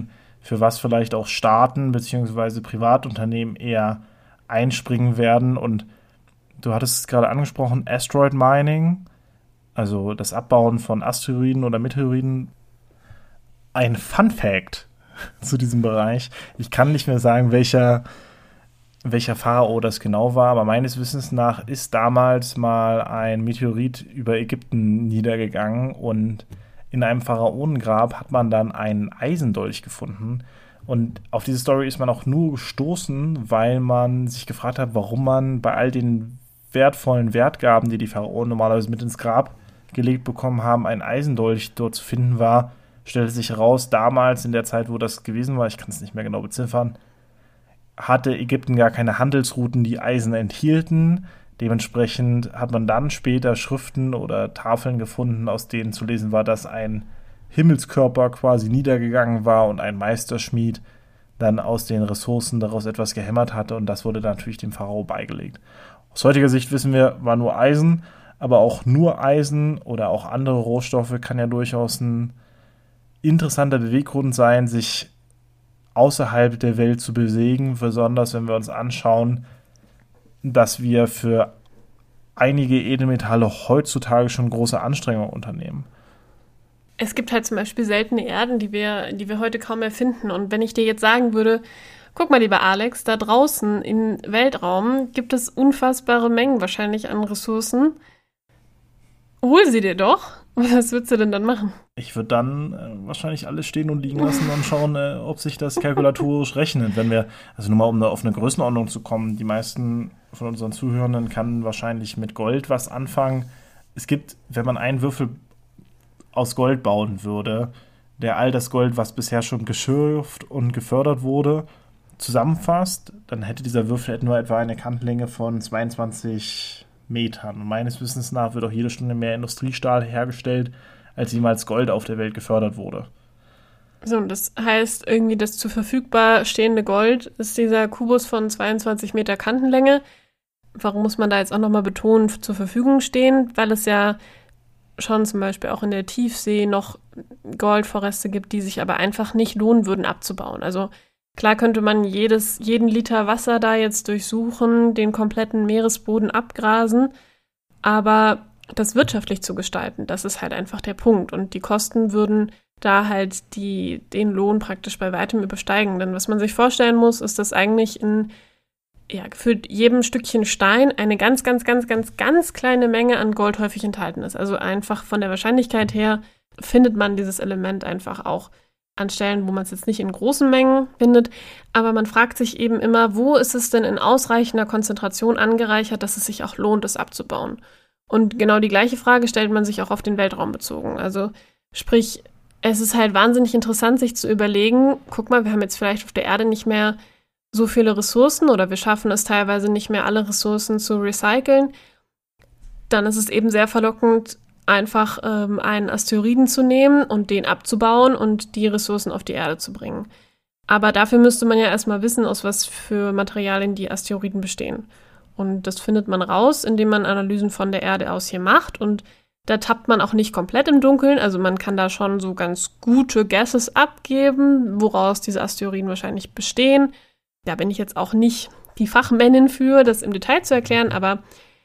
für was vielleicht auch Staaten bzw. Privatunternehmen eher einspringen werden. Und du hattest es gerade angesprochen, Asteroid Mining, also das Abbauen von Asteroiden oder Meteoriten. Ein Fun Fact zu diesem Bereich. Ich kann nicht mehr sagen, welcher, welcher Pharao das genau war, aber meines Wissens nach ist damals mal ein Meteorit über Ägypten niedergegangen und in einem Pharaonengrab hat man dann einen Eisendolch gefunden. Und auf diese Story ist man auch nur gestoßen, weil man sich gefragt hat, warum man bei all den wertvollen Wertgaben, die die Pharaonen normalerweise mit ins Grab gelegt bekommen haben, einen Eisendolch dort zu finden war. Stellte sich heraus, damals in der Zeit, wo das gewesen war, ich kann es nicht mehr genau beziffern, hatte Ägypten gar keine Handelsrouten, die Eisen enthielten. Dementsprechend hat man dann später Schriften oder Tafeln gefunden, aus denen zu lesen war, dass ein Himmelskörper quasi niedergegangen war und ein Meisterschmied dann aus den Ressourcen daraus etwas gehämmert hatte und das wurde dann natürlich dem Pharao beigelegt. Aus heutiger Sicht wissen wir, war nur Eisen, aber auch nur Eisen oder auch andere Rohstoffe kann ja durchaus ein interessanter Beweggrund sein, sich außerhalb der Welt zu bewegen, besonders wenn wir uns anschauen, dass wir für einige Edelmetalle heutzutage schon große Anstrengungen unternehmen.
Es gibt halt zum Beispiel seltene Erden, die wir, die wir heute kaum mehr finden. Und wenn ich dir jetzt sagen würde, guck mal, lieber Alex, da draußen im Weltraum gibt es unfassbare Mengen wahrscheinlich an Ressourcen. Hol sie dir doch. Was würdest du denn dann machen?
Ich würde dann äh, wahrscheinlich alles stehen und liegen lassen und schauen, äh, ob sich das kalkulatorisch rechnet. Wenn wir, also nur mal um da auf eine Größenordnung zu kommen, die meisten von unseren Zuhörenden kann wahrscheinlich mit Gold was anfangen. Es gibt, wenn man einen Würfel aus Gold bauen würde, der all das Gold, was bisher schon geschürft und gefördert wurde, zusammenfasst, dann hätte dieser Würfel nur etwa eine Kantenlänge von zweiundzwanzig Metern. Und meines Wissens nach wird auch jede Stunde mehr Industriestahl hergestellt, als jemals Gold auf der Welt gefördert wurde.
So, das heißt irgendwie, das zur verfügbar stehende Gold ist dieser Kubus von zweiundzwanzig Meter Kantenlänge. Warum muss man da jetzt auch nochmal betonen, zur Verfügung stehen? Weil es ja schon zum Beispiel auch in der Tiefsee noch Goldvorreste gibt, die sich aber einfach nicht lohnen würden abzubauen. Also klar könnte man jedes, jeden Liter Wasser da jetzt durchsuchen, den kompletten Meeresboden abgrasen, aber das wirtschaftlich zu gestalten, das ist halt einfach der Punkt. Und die Kosten würden da halt die, den Lohn praktisch bei weitem übersteigen. Denn was man sich vorstellen muss, ist, dass eigentlich in ja, gefühlt jedem Stückchen Stein eine ganz, ganz, ganz, ganz, ganz kleine Menge an Gold häufig enthalten ist. Also einfach von der Wahrscheinlichkeit her findet man dieses Element einfach auch an Stellen, wo man es jetzt nicht in großen Mengen findet. Aber man fragt sich eben immer, wo ist es denn in ausreichender Konzentration angereichert, dass es sich auch lohnt, es abzubauen? Und genau die gleiche Frage stellt man sich auch auf den Weltraum bezogen. Also sprich, es ist halt wahnsinnig interessant, sich zu überlegen, guck mal, wir haben jetzt vielleicht auf der Erde nicht mehr so viele Ressourcen oder wir schaffen es teilweise nicht mehr, alle Ressourcen zu recyceln. Dann ist es eben sehr verlockend, einfach ähm, einen Asteroiden zu nehmen und den abzubauen und die Ressourcen auf die Erde zu bringen. Aber dafür müsste man ja erstmal wissen, aus was für Materialien die Asteroiden bestehen. Und das findet man raus, indem man Analysen von der Erde aus hier macht. Und da tappt man auch nicht komplett im Dunkeln. Also man kann da schon so ganz gute Guesses abgeben, woraus diese Asteroiden wahrscheinlich bestehen. Da bin ich jetzt auch nicht die Fachmännin für, das im Detail zu erklären, aber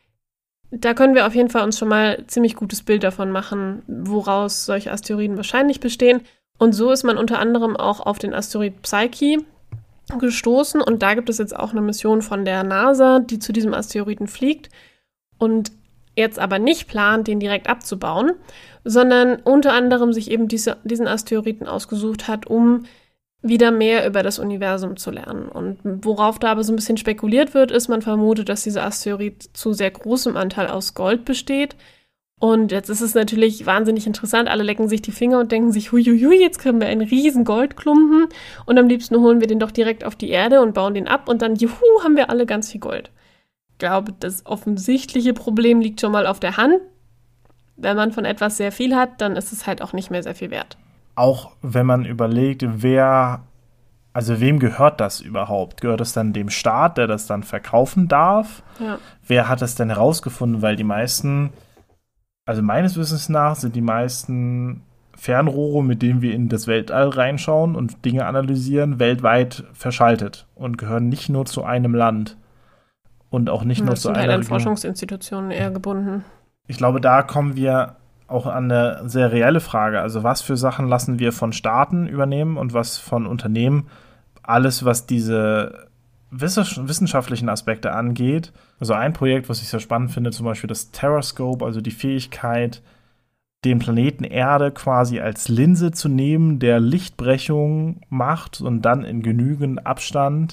da können wir auf jeden Fall uns schon mal ein ziemlich gutes Bild davon machen, woraus solche Asteroiden wahrscheinlich bestehen. Und so ist man unter anderem auch auf den Asteroid Psyche gestoßen. Und da gibt es jetzt auch eine Mission von der NASA, die zu diesem Asteroiden fliegt und jetzt aber nicht plant, den direkt abzubauen, sondern unter anderem sich eben diese, diesen Asteroiden ausgesucht hat, um wieder mehr über das Universum zu lernen. Und worauf da aber so ein bisschen spekuliert wird, ist, man vermutet, dass dieser Asteroid zu sehr großem Anteil aus Gold besteht. Und jetzt ist es natürlich wahnsinnig interessant. Alle lecken sich die Finger und denken sich, huiuiui, jetzt kriegen wir einen riesen Goldklumpen und am liebsten holen wir den doch direkt auf die Erde und bauen den ab und dann, juhu, haben wir alle ganz viel Gold. Ich glaube, das offensichtliche Problem liegt schon mal auf der Hand. Wenn man von etwas sehr viel hat, dann ist es halt auch nicht mehr sehr viel wert.
Auch wenn man überlegt, wer, also wem gehört das überhaupt? Gehört es dann dem Staat, der das dann verkaufen darf?
Ja.
Wer hat das denn herausgefunden? Weil die meisten, also meines Wissens nach, sind die meisten Fernrohre, mit denen wir in das Weltall reinschauen und Dinge analysieren, weltweit verschaltet und gehören nicht nur zu einem Land und auch nicht
ja,
nur zu einer
Region. An
Region.
Forschungsinstitutionen eher gebunden.
Ich glaube, da kommen wir auch an eine sehr reelle Frage. Also was für Sachen lassen wir von Staaten übernehmen und was von Unternehmen? Alles, was diese wissenschaftlichen Aspekte angeht. Also ein Projekt, was ich sehr spannend finde, zum Beispiel das Terrascope, also die Fähigkeit, den Planeten Erde quasi als Linse zu nehmen, der Lichtbrechung macht und dann in genügend Abstand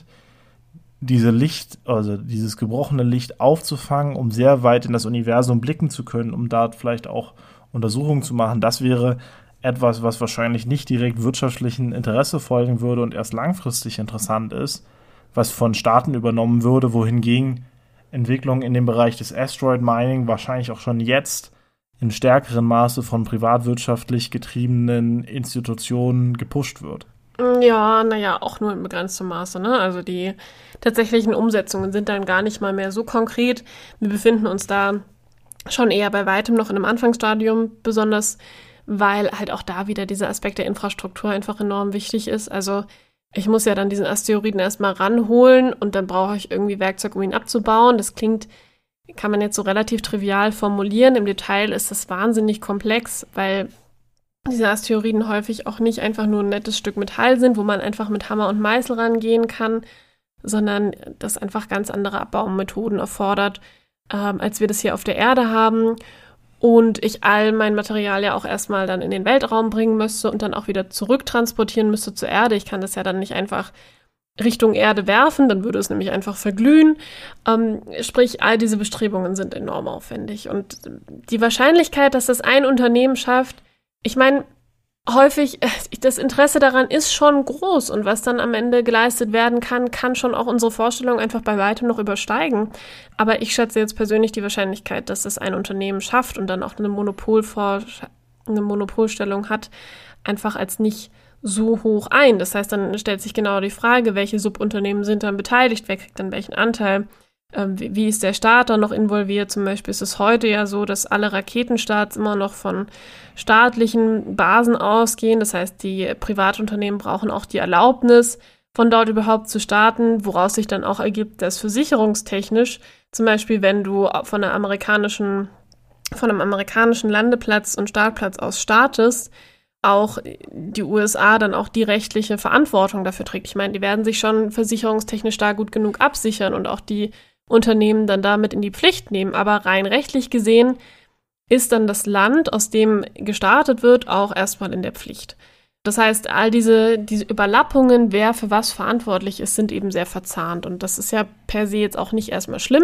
diese Licht, also dieses gebrochene Licht aufzufangen, um sehr weit in das Universum blicken zu können, um dort vielleicht auch Untersuchungen zu machen. Das wäre etwas, was wahrscheinlich nicht direkt wirtschaftlichen Interesse folgen würde und erst langfristig interessant ist, was von Staaten übernommen würde, wohingegen Entwicklung in dem Bereich des Asteroid Mining wahrscheinlich auch schon jetzt in stärkerem Maße von privatwirtschaftlich getriebenen Institutionen gepusht wird.
Ja, naja, auch nur in begrenztem Maße, ne? Also die tatsächlichen Umsetzungen sind dann gar nicht mal mehr so konkret. Wir befinden uns da schon eher bei weitem noch in einem Anfangsstadium, besonders weil halt auch da wieder dieser Aspekt der Infrastruktur einfach enorm wichtig ist. Also ich muss ja dann diesen Asteroiden erstmal ranholen und dann brauche ich irgendwie Werkzeug, um ihn abzubauen. Das klingt, kann man jetzt so relativ trivial formulieren. Im Detail ist das wahnsinnig komplex, weil diese Asteroiden häufig auch nicht einfach nur ein nettes Stück Metall sind, wo man einfach mit Hammer und Meißel rangehen kann, sondern das einfach ganz andere Abbaumethoden erfordert, ähm, als wir das hier auf der Erde haben. Und ich all mein Material ja auch erstmal dann in den Weltraum bringen müsste und dann auch wieder zurücktransportieren müsste zur Erde. Ich kann das ja dann nicht einfach Richtung Erde werfen, dann würde es nämlich einfach verglühen. Ähm, sprich, all diese Bestrebungen sind enorm aufwendig. Und die Wahrscheinlichkeit, dass das ein Unternehmen schafft, ich meine, häufig, das Interesse daran ist schon groß und was dann am Ende geleistet werden kann, kann schon auch unsere Vorstellung einfach bei weitem noch übersteigen. Aber ich schätze jetzt persönlich die Wahrscheinlichkeit, dass es ein Unternehmen schafft und dann auch eine, Monopolvor- eine Monopolstellung hat, einfach als nicht so hoch ein. Das heißt, dann stellt sich genau die Frage, welche Subunternehmen sind dann beteiligt, wer kriegt dann welchen Anteil. Wie, wie ist der Staat da noch involviert? Zum Beispiel ist es heute ja so, dass alle Raketenstarts immer noch von staatlichen Basen ausgehen. Das heißt, die Privatunternehmen brauchen auch die Erlaubnis, von dort überhaupt zu starten, woraus sich dann auch ergibt, dass versicherungstechnisch, zum Beispiel wenn du von einer amerikanischen, von einem amerikanischen Landeplatz und Startplatz aus startest, auch die U S A dann auch die rechtliche Verantwortung dafür trägt. Ich meine, die werden sich schon versicherungstechnisch da gut genug absichern und auch die Unternehmen dann damit in die Pflicht nehmen. Aber rein rechtlich gesehen ist dann das Land, aus dem gestartet wird, auch erstmal in der Pflicht. Das heißt, all diese, diese Überlappungen, wer für was verantwortlich ist, sind eben sehr verzahnt. Und das ist ja per se jetzt auch nicht erstmal schlimm.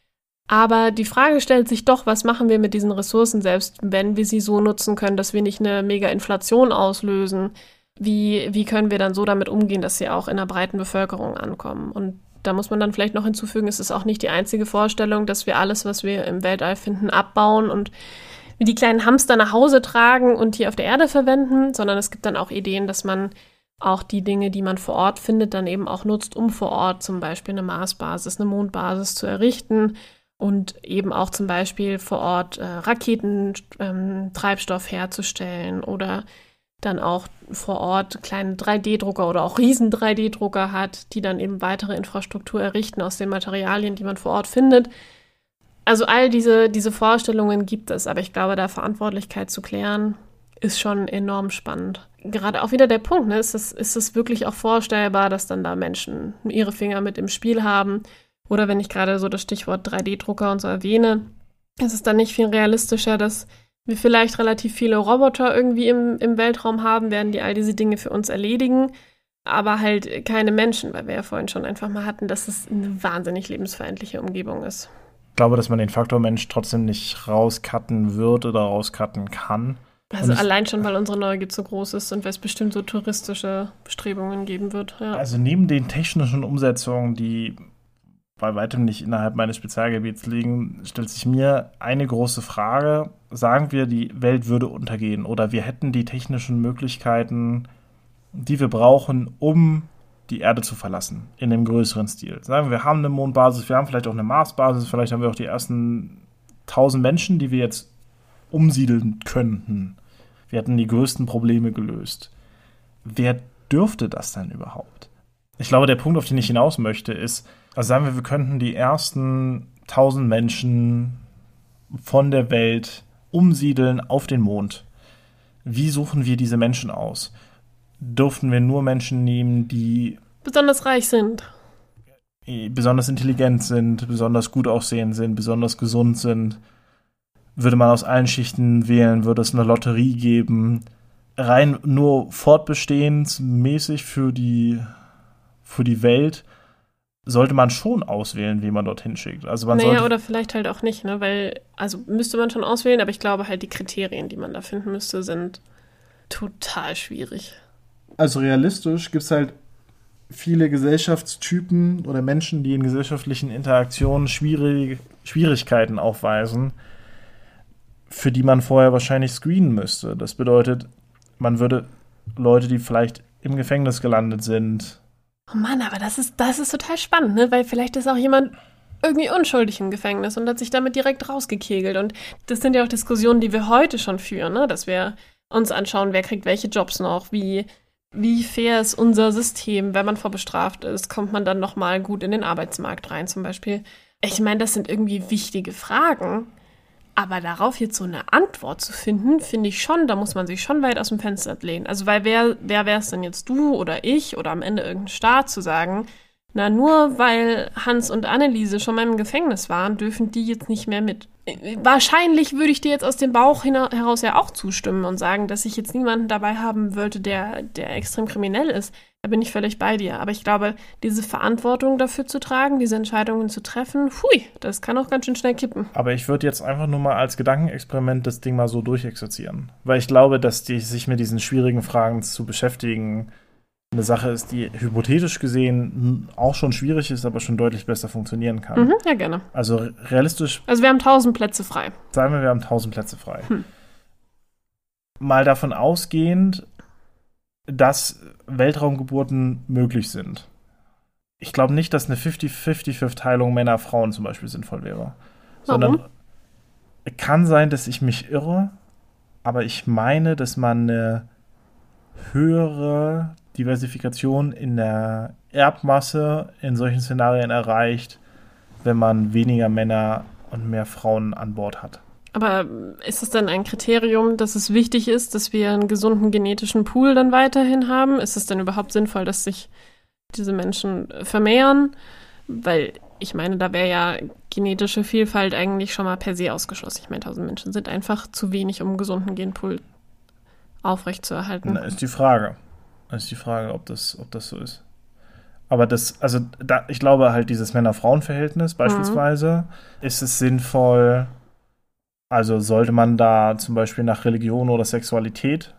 Aber die Frage stellt sich doch, was machen wir mit diesen Ressourcen, selbst wenn wir sie so nutzen können, dass wir nicht eine Mega-Inflation auslösen? Wie, wie können wir dann so damit umgehen, dass sie auch in der breiten Bevölkerung ankommen? Und da muss man dann vielleicht noch hinzufügen, es ist auch nicht die einzige Vorstellung, dass wir alles, was wir im Weltall finden, abbauen und wie die kleinen Hamster nach Hause tragen und hier auf der Erde verwenden, sondern es gibt dann auch Ideen, dass man auch die Dinge, die man vor Ort findet, dann eben auch nutzt, um vor Ort zum Beispiel eine Marsbasis, eine Mondbasis zu errichten und eben auch zum Beispiel vor Ort äh, Raketentreibstoff ähm, herzustellen oder dann auch vor Ort kleine drei D Drucker oder auch riesen drei D Drucker hat, die dann eben weitere Infrastruktur errichten aus den Materialien, die man vor Ort findet. Also all diese, diese Vorstellungen gibt es, aber ich glaube, da Verantwortlichkeit zu klären, ist schon enorm spannend. Gerade auch wieder der Punkt, ne? Ist es, ist es wirklich auch vorstellbar, dass dann da Menschen ihre Finger mit im Spiel haben? Oder wenn ich gerade so das Stichwort drei D Drucker und so erwähne, ist es dann nicht viel realistischer, dass wir vielleicht relativ viele Roboter irgendwie im, im Weltraum haben werden, die all diese Dinge für uns erledigen, aber halt keine Menschen, weil wir ja vorhin schon einfach mal hatten, dass es eine wahnsinnig lebensverendliche Umgebung ist.
Ich glaube, dass man den Faktor Mensch trotzdem nicht rauscutten wird oder rauscutten kann.
Also allein schon, weil unsere Neugier zu groß ist und weil es bestimmt so touristische Bestrebungen geben wird. Ja.
Also neben den technischen Umsetzungen, die bei weitem nicht innerhalb meines Spezialgebiets liegen, stellt sich mir eine große Frage. Sagen wir, die Welt würde untergehen oder wir hätten die technischen Möglichkeiten, die wir brauchen, um die Erde zu verlassen, in einem größeren Stil. Sagen wir, wir haben eine Mondbasis, wir haben vielleicht auch eine Marsbasis, vielleicht haben wir auch die ersten tausend Menschen, die wir jetzt umsiedeln könnten. wir hätten die größten Probleme gelöst. Wer dürfte das denn überhaupt? Ich glaube, der Punkt, auf den ich hinaus möchte, ist, also sagen wir, wir könnten die ersten tausend Menschen von der Welt umsiedeln auf den Mond. Wie suchen wir diese Menschen aus? Dürften wir nur Menschen nehmen, die
besonders reich sind,
besonders intelligent sind, besonders gut aussehend sind, besonders gesund sind? Würde man aus allen Schichten wählen? Würde es eine Lotterie geben? Rein nur fortbestehensmäßig für die, für die Welt sollte man schon auswählen, wie man dorthin schickt. Also man
naja,
sollte
oder vielleicht halt auch nicht, ne? Weil, also müsste man schon auswählen, aber ich glaube halt, die Kriterien, die man da finden müsste, sind total schwierig.
Also realistisch gibt es halt viele Gesellschaftstypen oder Menschen, die in gesellschaftlichen Interaktionen schwierig, Schwierigkeiten aufweisen, für die man vorher wahrscheinlich screenen müsste. Das bedeutet, man würde Leute, die vielleicht im Gefängnis gelandet sind.
Oh Mann, aber das ist, das ist total spannend, ne? Weil vielleicht ist auch jemand irgendwie unschuldig im Gefängnis und hat sich damit direkt rausgekegelt. Und das sind ja auch Diskussionen, die wir heute schon führen, ne? Dass wir uns anschauen, wer kriegt welche Jobs noch, wie, wie fair ist unser System, wenn man vorbestraft ist, kommt man dann nochmal gut in den Arbeitsmarkt rein zum Beispiel. Ich meine, das sind irgendwie wichtige Fragen. Aber darauf jetzt so eine Antwort zu finden, finde ich schon, da muss man sich schon weit aus dem Fenster lehnen. Also weil wer, wer wäre es denn jetzt, du oder ich oder am Ende irgendein Staat zu sagen, na nur weil Hans und Anneliese schon mal im Gefängnis waren, dürfen die jetzt nicht mehr mit. Wahrscheinlich würde ich dir jetzt aus dem Bauch heraus ja auch zustimmen und sagen, dass ich jetzt niemanden dabei haben wollte, der, der extrem kriminell ist. Da bin ich völlig bei dir. Aber ich glaube, diese Verantwortung dafür zu tragen, diese Entscheidungen zu treffen, hui, das kann auch ganz schön schnell kippen.
Aber ich würde jetzt einfach nur mal als Gedankenexperiment das Ding mal so durchexerzieren. Weil ich glaube, dass die, sich mit diesen schwierigen Fragen zu beschäftigen eine Sache ist, die hypothetisch gesehen auch schon schwierig ist, aber schon deutlich besser funktionieren kann.
Mhm, ja, gerne.
Also realistisch.
Also wir haben tausend Plätze frei.
Sagen wir, wir haben tausend Plätze frei.
Hm.
Mal davon ausgehend, dass Weltraumgeburten möglich sind. Ich glaube nicht, dass eine fünfzig-fünfzig-Verteilung Männer-Frauen zum Beispiel sinnvoll wäre.
Warum?
Sondern kann sein, dass ich mich irre, aber ich meine, dass man eine höhere Diversifikation in der Erbmasse in solchen Szenarien erreicht, wenn man weniger Männer und mehr Frauen an Bord hat.
Aber ist es denn ein Kriterium, dass es wichtig ist, dass wir einen gesunden genetischen Pool dann weiterhin haben? Ist es denn überhaupt sinnvoll, dass sich diese Menschen vermehren? Weil ich meine, da wäre ja genetische Vielfalt eigentlich schon mal per se ausgeschlossen. Ich meine, tausend Menschen sind einfach zu wenig, um einen gesunden Genpool aufrechtzuerhalten.
Da ist die Frage. Da ist die Frage, ob das, ob das so ist. Aber das, also da, ich glaube halt, dieses Männer-Frauen-Verhältnis beispielsweise, mhm. ist es sinnvoll, also sollte man da zum Beispiel nach Religion oder Sexualität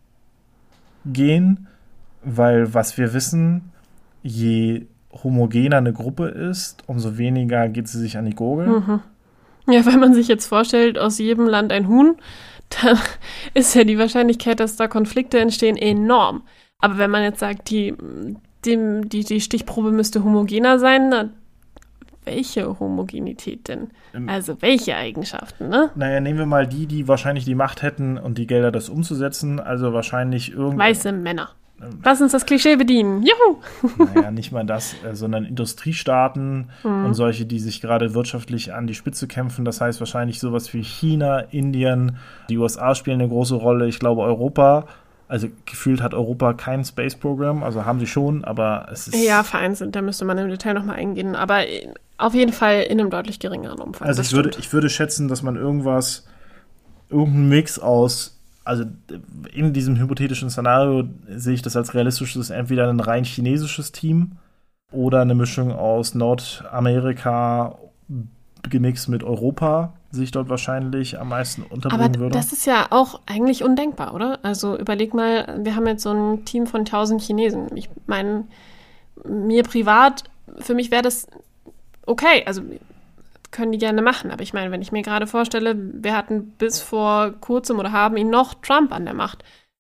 gehen, weil was wir wissen, je homogener eine Gruppe ist, umso weniger geht sie sich an die Gurgel.
Mhm. Ja, wenn man sich jetzt vorstellt, aus jedem Land ein Huhn, dann ist ja die Wahrscheinlichkeit, dass da Konflikte entstehen, enorm. Aber wenn man jetzt sagt, die, die, die, die Stichprobe müsste homogener sein, na, welche Homogenität denn? Also welche Eigenschaften, ne?
Naja, nehmen wir mal die, die wahrscheinlich die Macht hätten und die Gelder, das umzusetzen. Also wahrscheinlich irgendwie.
Weiße Männer. Lass uns das Klischee bedienen. Juhu!
Naja, nicht mal das, äh, sondern Industriestaaten mhm. und solche, die sich gerade wirtschaftlich an die Spitze kämpfen. Das heißt wahrscheinlich sowas wie China, Indien, die U S A spielen eine große Rolle. Ich glaube Europa, also gefühlt hat Europa kein Space-Programm, also haben sie schon, aber es ist...
Ja, vereinzelt, da müsste man im Detail nochmal eingehen, aber auf jeden Fall in einem deutlich geringeren Umfang.
Also ich würde, ich würde schätzen, dass man irgendwas, irgendeinen Mix aus, also in diesem hypothetischen Szenario sehe ich das als realistisches, entweder ein rein chinesisches Team oder eine Mischung aus Nordamerika gemixt mit Europa, sich dort wahrscheinlich am meisten unterbringen
Aber
würde.
Das ist ja auch eigentlich undenkbar, oder? Also überleg mal, wir haben jetzt so ein Team von tausend Chinesen. Ich meine, mir privat, für mich wäre das okay, also können die gerne machen. Aber ich meine, wenn ich mir gerade vorstelle, wir hatten bis vor kurzem oder haben ihn noch Trump an der Macht.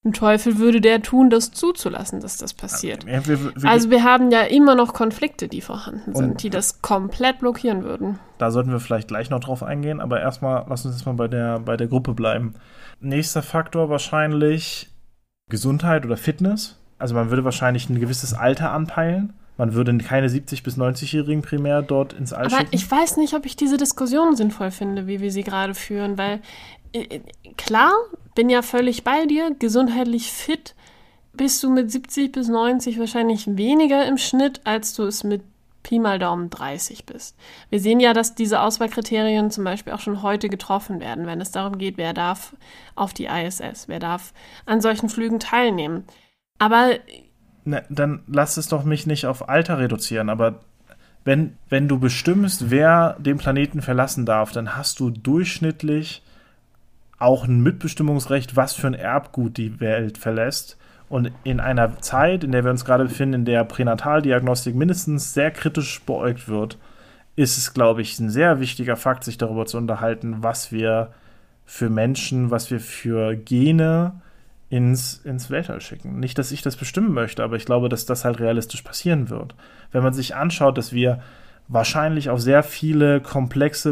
den Teufel würde der tun, das zuzulassen, dass das passiert.
Ja, wir, wir,
also wir haben ja immer noch Konflikte, die vorhanden sind,
und
die das komplett blockieren würden.
Da sollten wir vielleicht gleich noch drauf eingehen, aber erstmal, lass uns jetzt mal bei der, bei der Gruppe bleiben. Nächster Faktor wahrscheinlich Gesundheit oder Fitness. Also man würde wahrscheinlich ein gewisses Alter anpeilen. Man würde keine siebzig- bis neunzig-Jährigen primär dort ins All
aber
schicken.
Ich weiß nicht, ob ich diese Diskussion sinnvoll finde, wie wir sie gerade führen, weil äh, klar, bin ja völlig bei dir, gesundheitlich fit bist du mit siebzig bis neunzig wahrscheinlich weniger im Schnitt, als du es mit Pi mal Daumen dreißig bist. Wir sehen ja, dass diese Auswahlkriterien zum Beispiel auch schon heute getroffen werden, wenn es darum geht, wer darf auf die I S S, wer darf an solchen Flügen teilnehmen. Aber
Na, dann lass es doch mich nicht auf Alter reduzieren, aber wenn, wenn du bestimmst, wer den Planeten verlassen darf, dann hast du durchschnittlich auch ein Mitbestimmungsrecht, was für ein Erbgut die Welt verlässt. Und in einer Zeit, in der wir uns gerade befinden, in der Pränataldiagnostik mindestens sehr kritisch beäugt wird, ist es, glaube ich, ein sehr wichtiger Fakt, sich darüber zu unterhalten, was wir für Menschen, was wir für Gene ins, ins Weltall schicken. Nicht, dass ich das bestimmen möchte, aber ich glaube, dass das halt realistisch passieren wird. Wenn man sich anschaut, dass wir wahrscheinlich auf sehr viele komplexe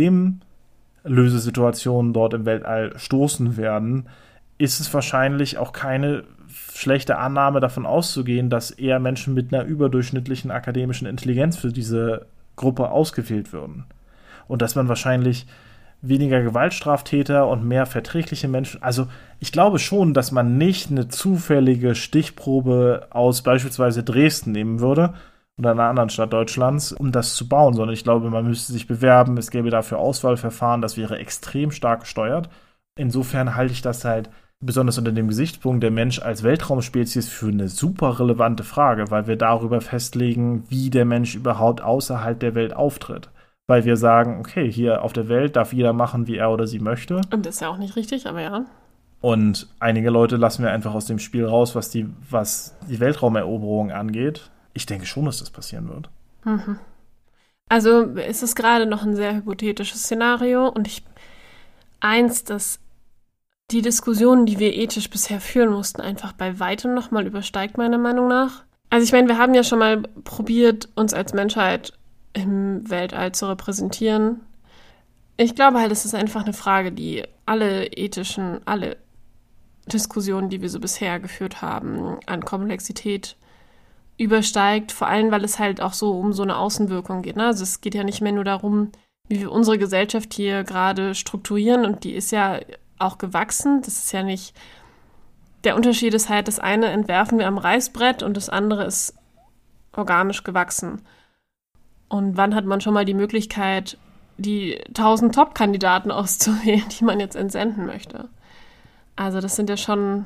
Problemlösesituationen dort im Weltall stoßen werden, ist es wahrscheinlich auch keine schlechte Annahme davon auszugehen, dass eher Menschen mit einer überdurchschnittlichen akademischen Intelligenz für diese Gruppe ausgewählt würden. Und dass man wahrscheinlich weniger Gewaltstraftäter und mehr verträgliche Menschen, also ich glaube schon, dass man nicht eine zufällige Stichprobe aus beispielsweise Dresden nehmen würde oder einer anderen Stadt Deutschlands, um das zu bauen, sondern ich glaube, man müsste sich bewerben, es gäbe dafür Auswahlverfahren, das wäre extrem stark gesteuert. Insofern halte ich das halt besonders unter dem Gesichtspunkt der Mensch als Weltraumspezies für eine super relevante Frage, weil wir darüber festlegen, wie der Mensch überhaupt außerhalb der Welt auftritt. Weil wir sagen, okay, hier auf der Welt darf jeder machen, wie er oder sie möchte.
Und das ist ja auch nicht richtig, aber ja.
Und einige Leute lassen wir einfach aus dem Spiel raus, was die, was die Weltraumeroberung angeht. Ich denke schon, dass das passieren wird.
Mhm. Also ist es gerade noch ein sehr hypothetisches Szenario und ich eins, dass die Diskussionen, die wir ethisch bisher führen mussten, einfach bei weitem nochmal übersteigt, meiner Meinung nach. Also ich meine, wir haben ja schon mal probiert, uns als Menschheit im Weltall zu repräsentieren. Ich glaube halt, es ist einfach eine Frage, die alle ethischen, alle Diskussionen, die wir so bisher geführt haben, an Komplexität übersteigt, vor allem, weil es halt auch so um so eine Außenwirkung geht. Ne? Also es geht ja nicht mehr nur darum, wie wir unsere Gesellschaft hier gerade strukturieren und die ist ja auch gewachsen. Das ist ja nicht, der Unterschied ist halt, das eine entwerfen wir am Reißbrett und das andere ist organisch gewachsen. Und wann hat man schon mal die Möglichkeit, die tausend Top-Kandidaten auszuwählen, die man jetzt entsenden möchte? Also das sind ja schon,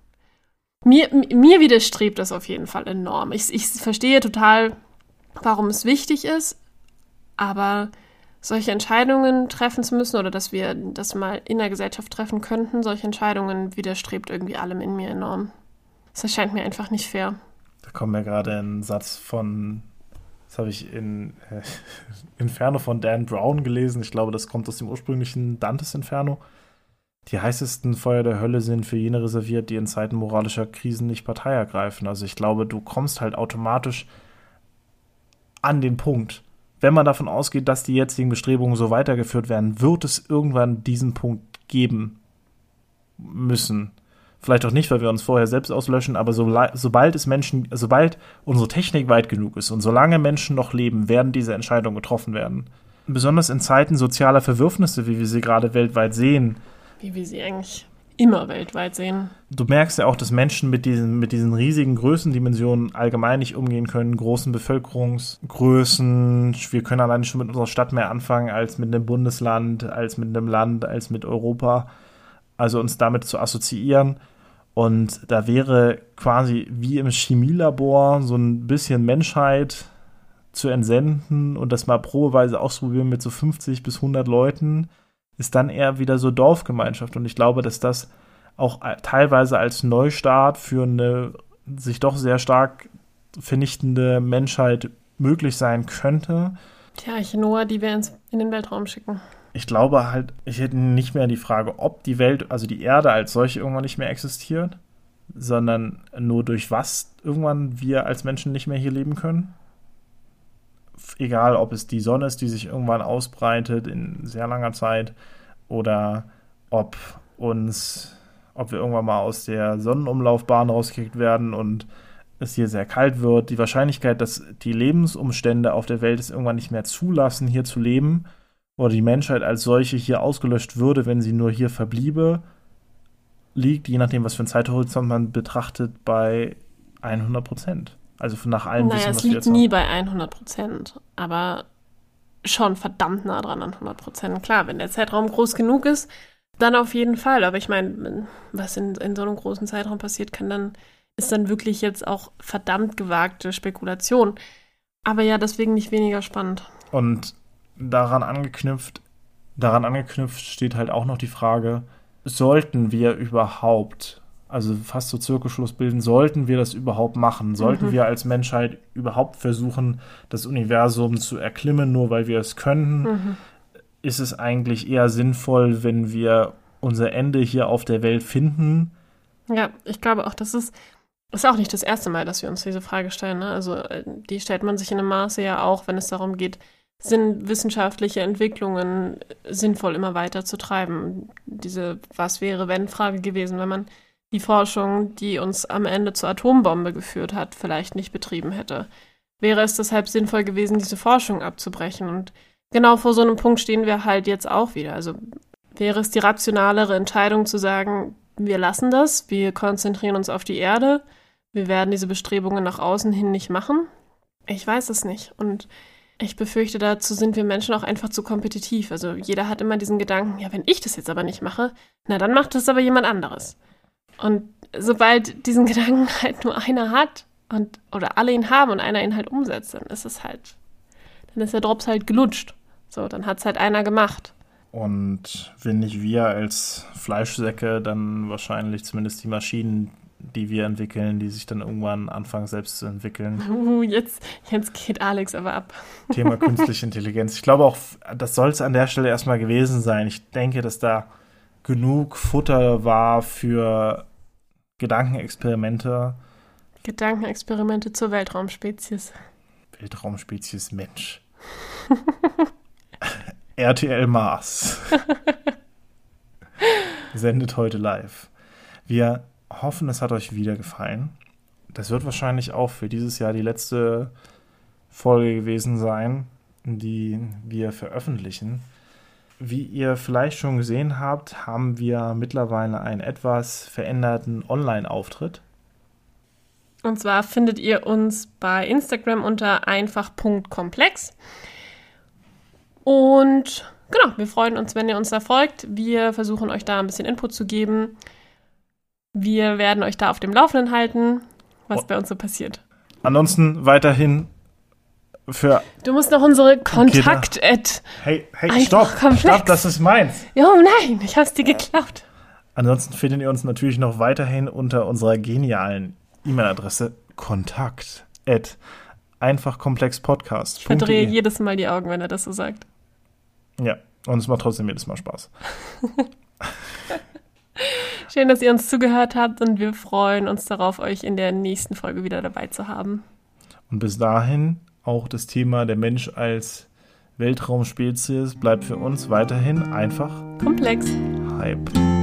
mir, mir widerstrebt das auf jeden Fall enorm. Ich, ich verstehe total, warum es wichtig ist, aber solche Entscheidungen treffen zu müssen oder dass wir das mal in der Gesellschaft treffen könnten, solche Entscheidungen widerstrebt irgendwie allem in mir enorm. Das erscheint mir einfach nicht fair.
Da kommt mir gerade ein Satz von, das habe ich in äh, Inferno von Dan Brown gelesen. Ich glaube, das kommt aus dem ursprünglichen Dantes Inferno. Die heißesten Feuer der Hölle sind für jene reserviert, die in Zeiten moralischer Krisen nicht Partei ergreifen. Also ich glaube, du kommst halt automatisch an den Punkt. Wenn man davon ausgeht, dass die jetzigen Bestrebungen so weitergeführt werden, wird es irgendwann diesen Punkt geben müssen. Vielleicht auch nicht, weil wir uns vorher selbst auslöschen, aber so, sobald es Menschen, sobald unsere Technik weit genug ist und solange Menschen noch leben, werden diese Entscheidungen getroffen werden. Besonders in Zeiten sozialer Verwürfnisse, wie wir sie gerade weltweit sehen.
Wie wir sie eigentlich immer weltweit sehen.
Du merkst ja auch, dass Menschen mit diesen, mit diesen riesigen Größendimensionen allgemein nicht umgehen können, großen Bevölkerungsgrößen. Wir können alleine schon mit unserer Stadt mehr anfangen als mit einem Bundesland, als mit einem Land, als mit Europa. Also uns damit zu assoziieren. Und da wäre quasi wie im Chemielabor so ein bisschen Menschheit zu entsenden und das mal probeweise ausprobieren mit so fünfzig bis hundert Leuten, ist dann eher wieder so Dorfgemeinschaft. Und ich glaube, dass das auch teilweise als Neustart für eine sich doch sehr stark vernichtende Menschheit möglich sein könnte.
Tja, Noah, die wir ins, in den Weltraum schicken.
Ich glaube halt, ich hätte nicht mehr die Frage, ob die Welt, also die Erde als solche irgendwann nicht mehr existiert, sondern nur durch was irgendwann wir als Menschen nicht mehr hier leben können. Egal, ob es die Sonne ist, die sich irgendwann ausbreitet in sehr langer Zeit, oder ob uns, ob wir irgendwann mal aus der Sonnenumlaufbahn rausgekickt werden und es hier sehr kalt wird. Die Wahrscheinlichkeit, dass die Lebensumstände auf der Welt es irgendwann nicht mehr zulassen, hier zu leben, oder die Menschheit als solche hier ausgelöscht würde, wenn sie nur hier verbliebe, liegt, je nachdem, was für einen Zeithorizont man betrachtet, bei hundert Prozent. Also nach allem
naja,
Wissen, was
es
wir
liegt
jetzt
nie
haben.
bei hundert Prozent, aber schon verdammt nah dran an hundert Prozent. Klar, wenn der Zeitraum groß genug ist, dann auf jeden Fall. Aber ich meine, was in, in so einem großen Zeitraum passiert, kann dann, ist dann wirklich jetzt auch verdammt gewagte Spekulation. Aber ja, deswegen nicht weniger spannend.
Und daran angeknüpft, daran angeknüpft steht halt auch noch die Frage, sollten wir überhaupt, also fast so Zirkelschluss bilden, sollten wir das überhaupt machen? Sollten mhm. wir als Menschheit überhaupt versuchen, das Universum zu erklimmen, nur weil wir es können? Mhm. Ist es eigentlich eher sinnvoll, wenn wir unser Ende hier auf der Welt finden?
Ja, ich glaube auch, das ist, ist auch nicht das erste Mal, dass wir uns diese Frage stellen. Ne? Also die stellt man sich in einem Maße ja auch, wenn es darum geht, sind wissenschaftliche Entwicklungen sinnvoll immer weiter zu treiben. Diese Was-wäre-wenn-Frage gewesen, wenn man die Forschung, die uns am Ende zur Atombombe geführt hat, vielleicht nicht betrieben hätte. Wäre es deshalb sinnvoll gewesen, diese Forschung abzubrechen? Und genau vor so einem Punkt stehen wir halt jetzt auch wieder. Also wäre es die rationalere Entscheidung zu sagen, wir lassen das, wir konzentrieren uns auf die Erde, wir werden diese Bestrebungen nach außen hin nicht machen? Ich weiß es nicht. Und ich befürchte, dazu sind wir Menschen auch einfach zu kompetitiv. Also jeder hat immer diesen Gedanken, ja, wenn ich das jetzt aber nicht mache, na, dann macht das aber jemand anderes. Und sobald diesen Gedanken halt nur einer hat und oder alle ihn haben und einer ihn halt umsetzt, dann ist es halt, dann ist der Drops halt gelutscht. So, dann hat es halt einer gemacht.
Und wenn nicht wir als Fleischsäcke, dann wahrscheinlich zumindest die Maschinen, die wir entwickeln, die sich dann irgendwann anfangen selbst zu entwickeln.
Uh, jetzt, jetzt geht Alex aber ab.
Thema künstliche Intelligenz. Ich glaube auch, das soll es an der Stelle erstmal gewesen sein. Ich denke, dass da genug Futter war für Gedankenexperimente.
Gedankenexperimente zur Weltraumspezies.
Weltraumspezies Mensch. R T L Mars. Sendet heute live. Wir hoffen, es hat euch wieder gefallen. Das wird wahrscheinlich auch für dieses Jahr die letzte Folge gewesen sein, die wir veröffentlichen. Wie ihr vielleicht schon gesehen habt, haben wir mittlerweile einen etwas veränderten Online-Auftritt.
Und zwar findet ihr uns bei Instagram unter einfach punkt komplex. Und genau, wir freuen uns, wenn ihr uns da folgt. Wir versuchen euch da ein bisschen Input zu geben. Wir werden euch da auf dem Laufenden halten, was oh. bei uns so passiert.
Ansonsten weiterhin für...
Du musst noch unsere Kontakt-Ad...
Hey, hey, stopp,
komplex.
stopp, das ist meins.
Oh nein, ich hab's dir geklaut.
Ansonsten findet ihr uns natürlich noch weiterhin unter unserer genialen E-Mail-Adresse kontakt at einfachkomplexpodcast.
Ich verdrehe jedes Mal die Augen, wenn er das so sagt.
Ja, und es macht trotzdem jedes Mal Spaß.
Schön, dass ihr uns zugehört habt und wir freuen uns darauf, euch in der nächsten Folge wieder dabei zu haben.
Und bis dahin auch das Thema der Mensch als Weltraumspezies bleibt für uns weiterhin einfach
komplex.
Hype.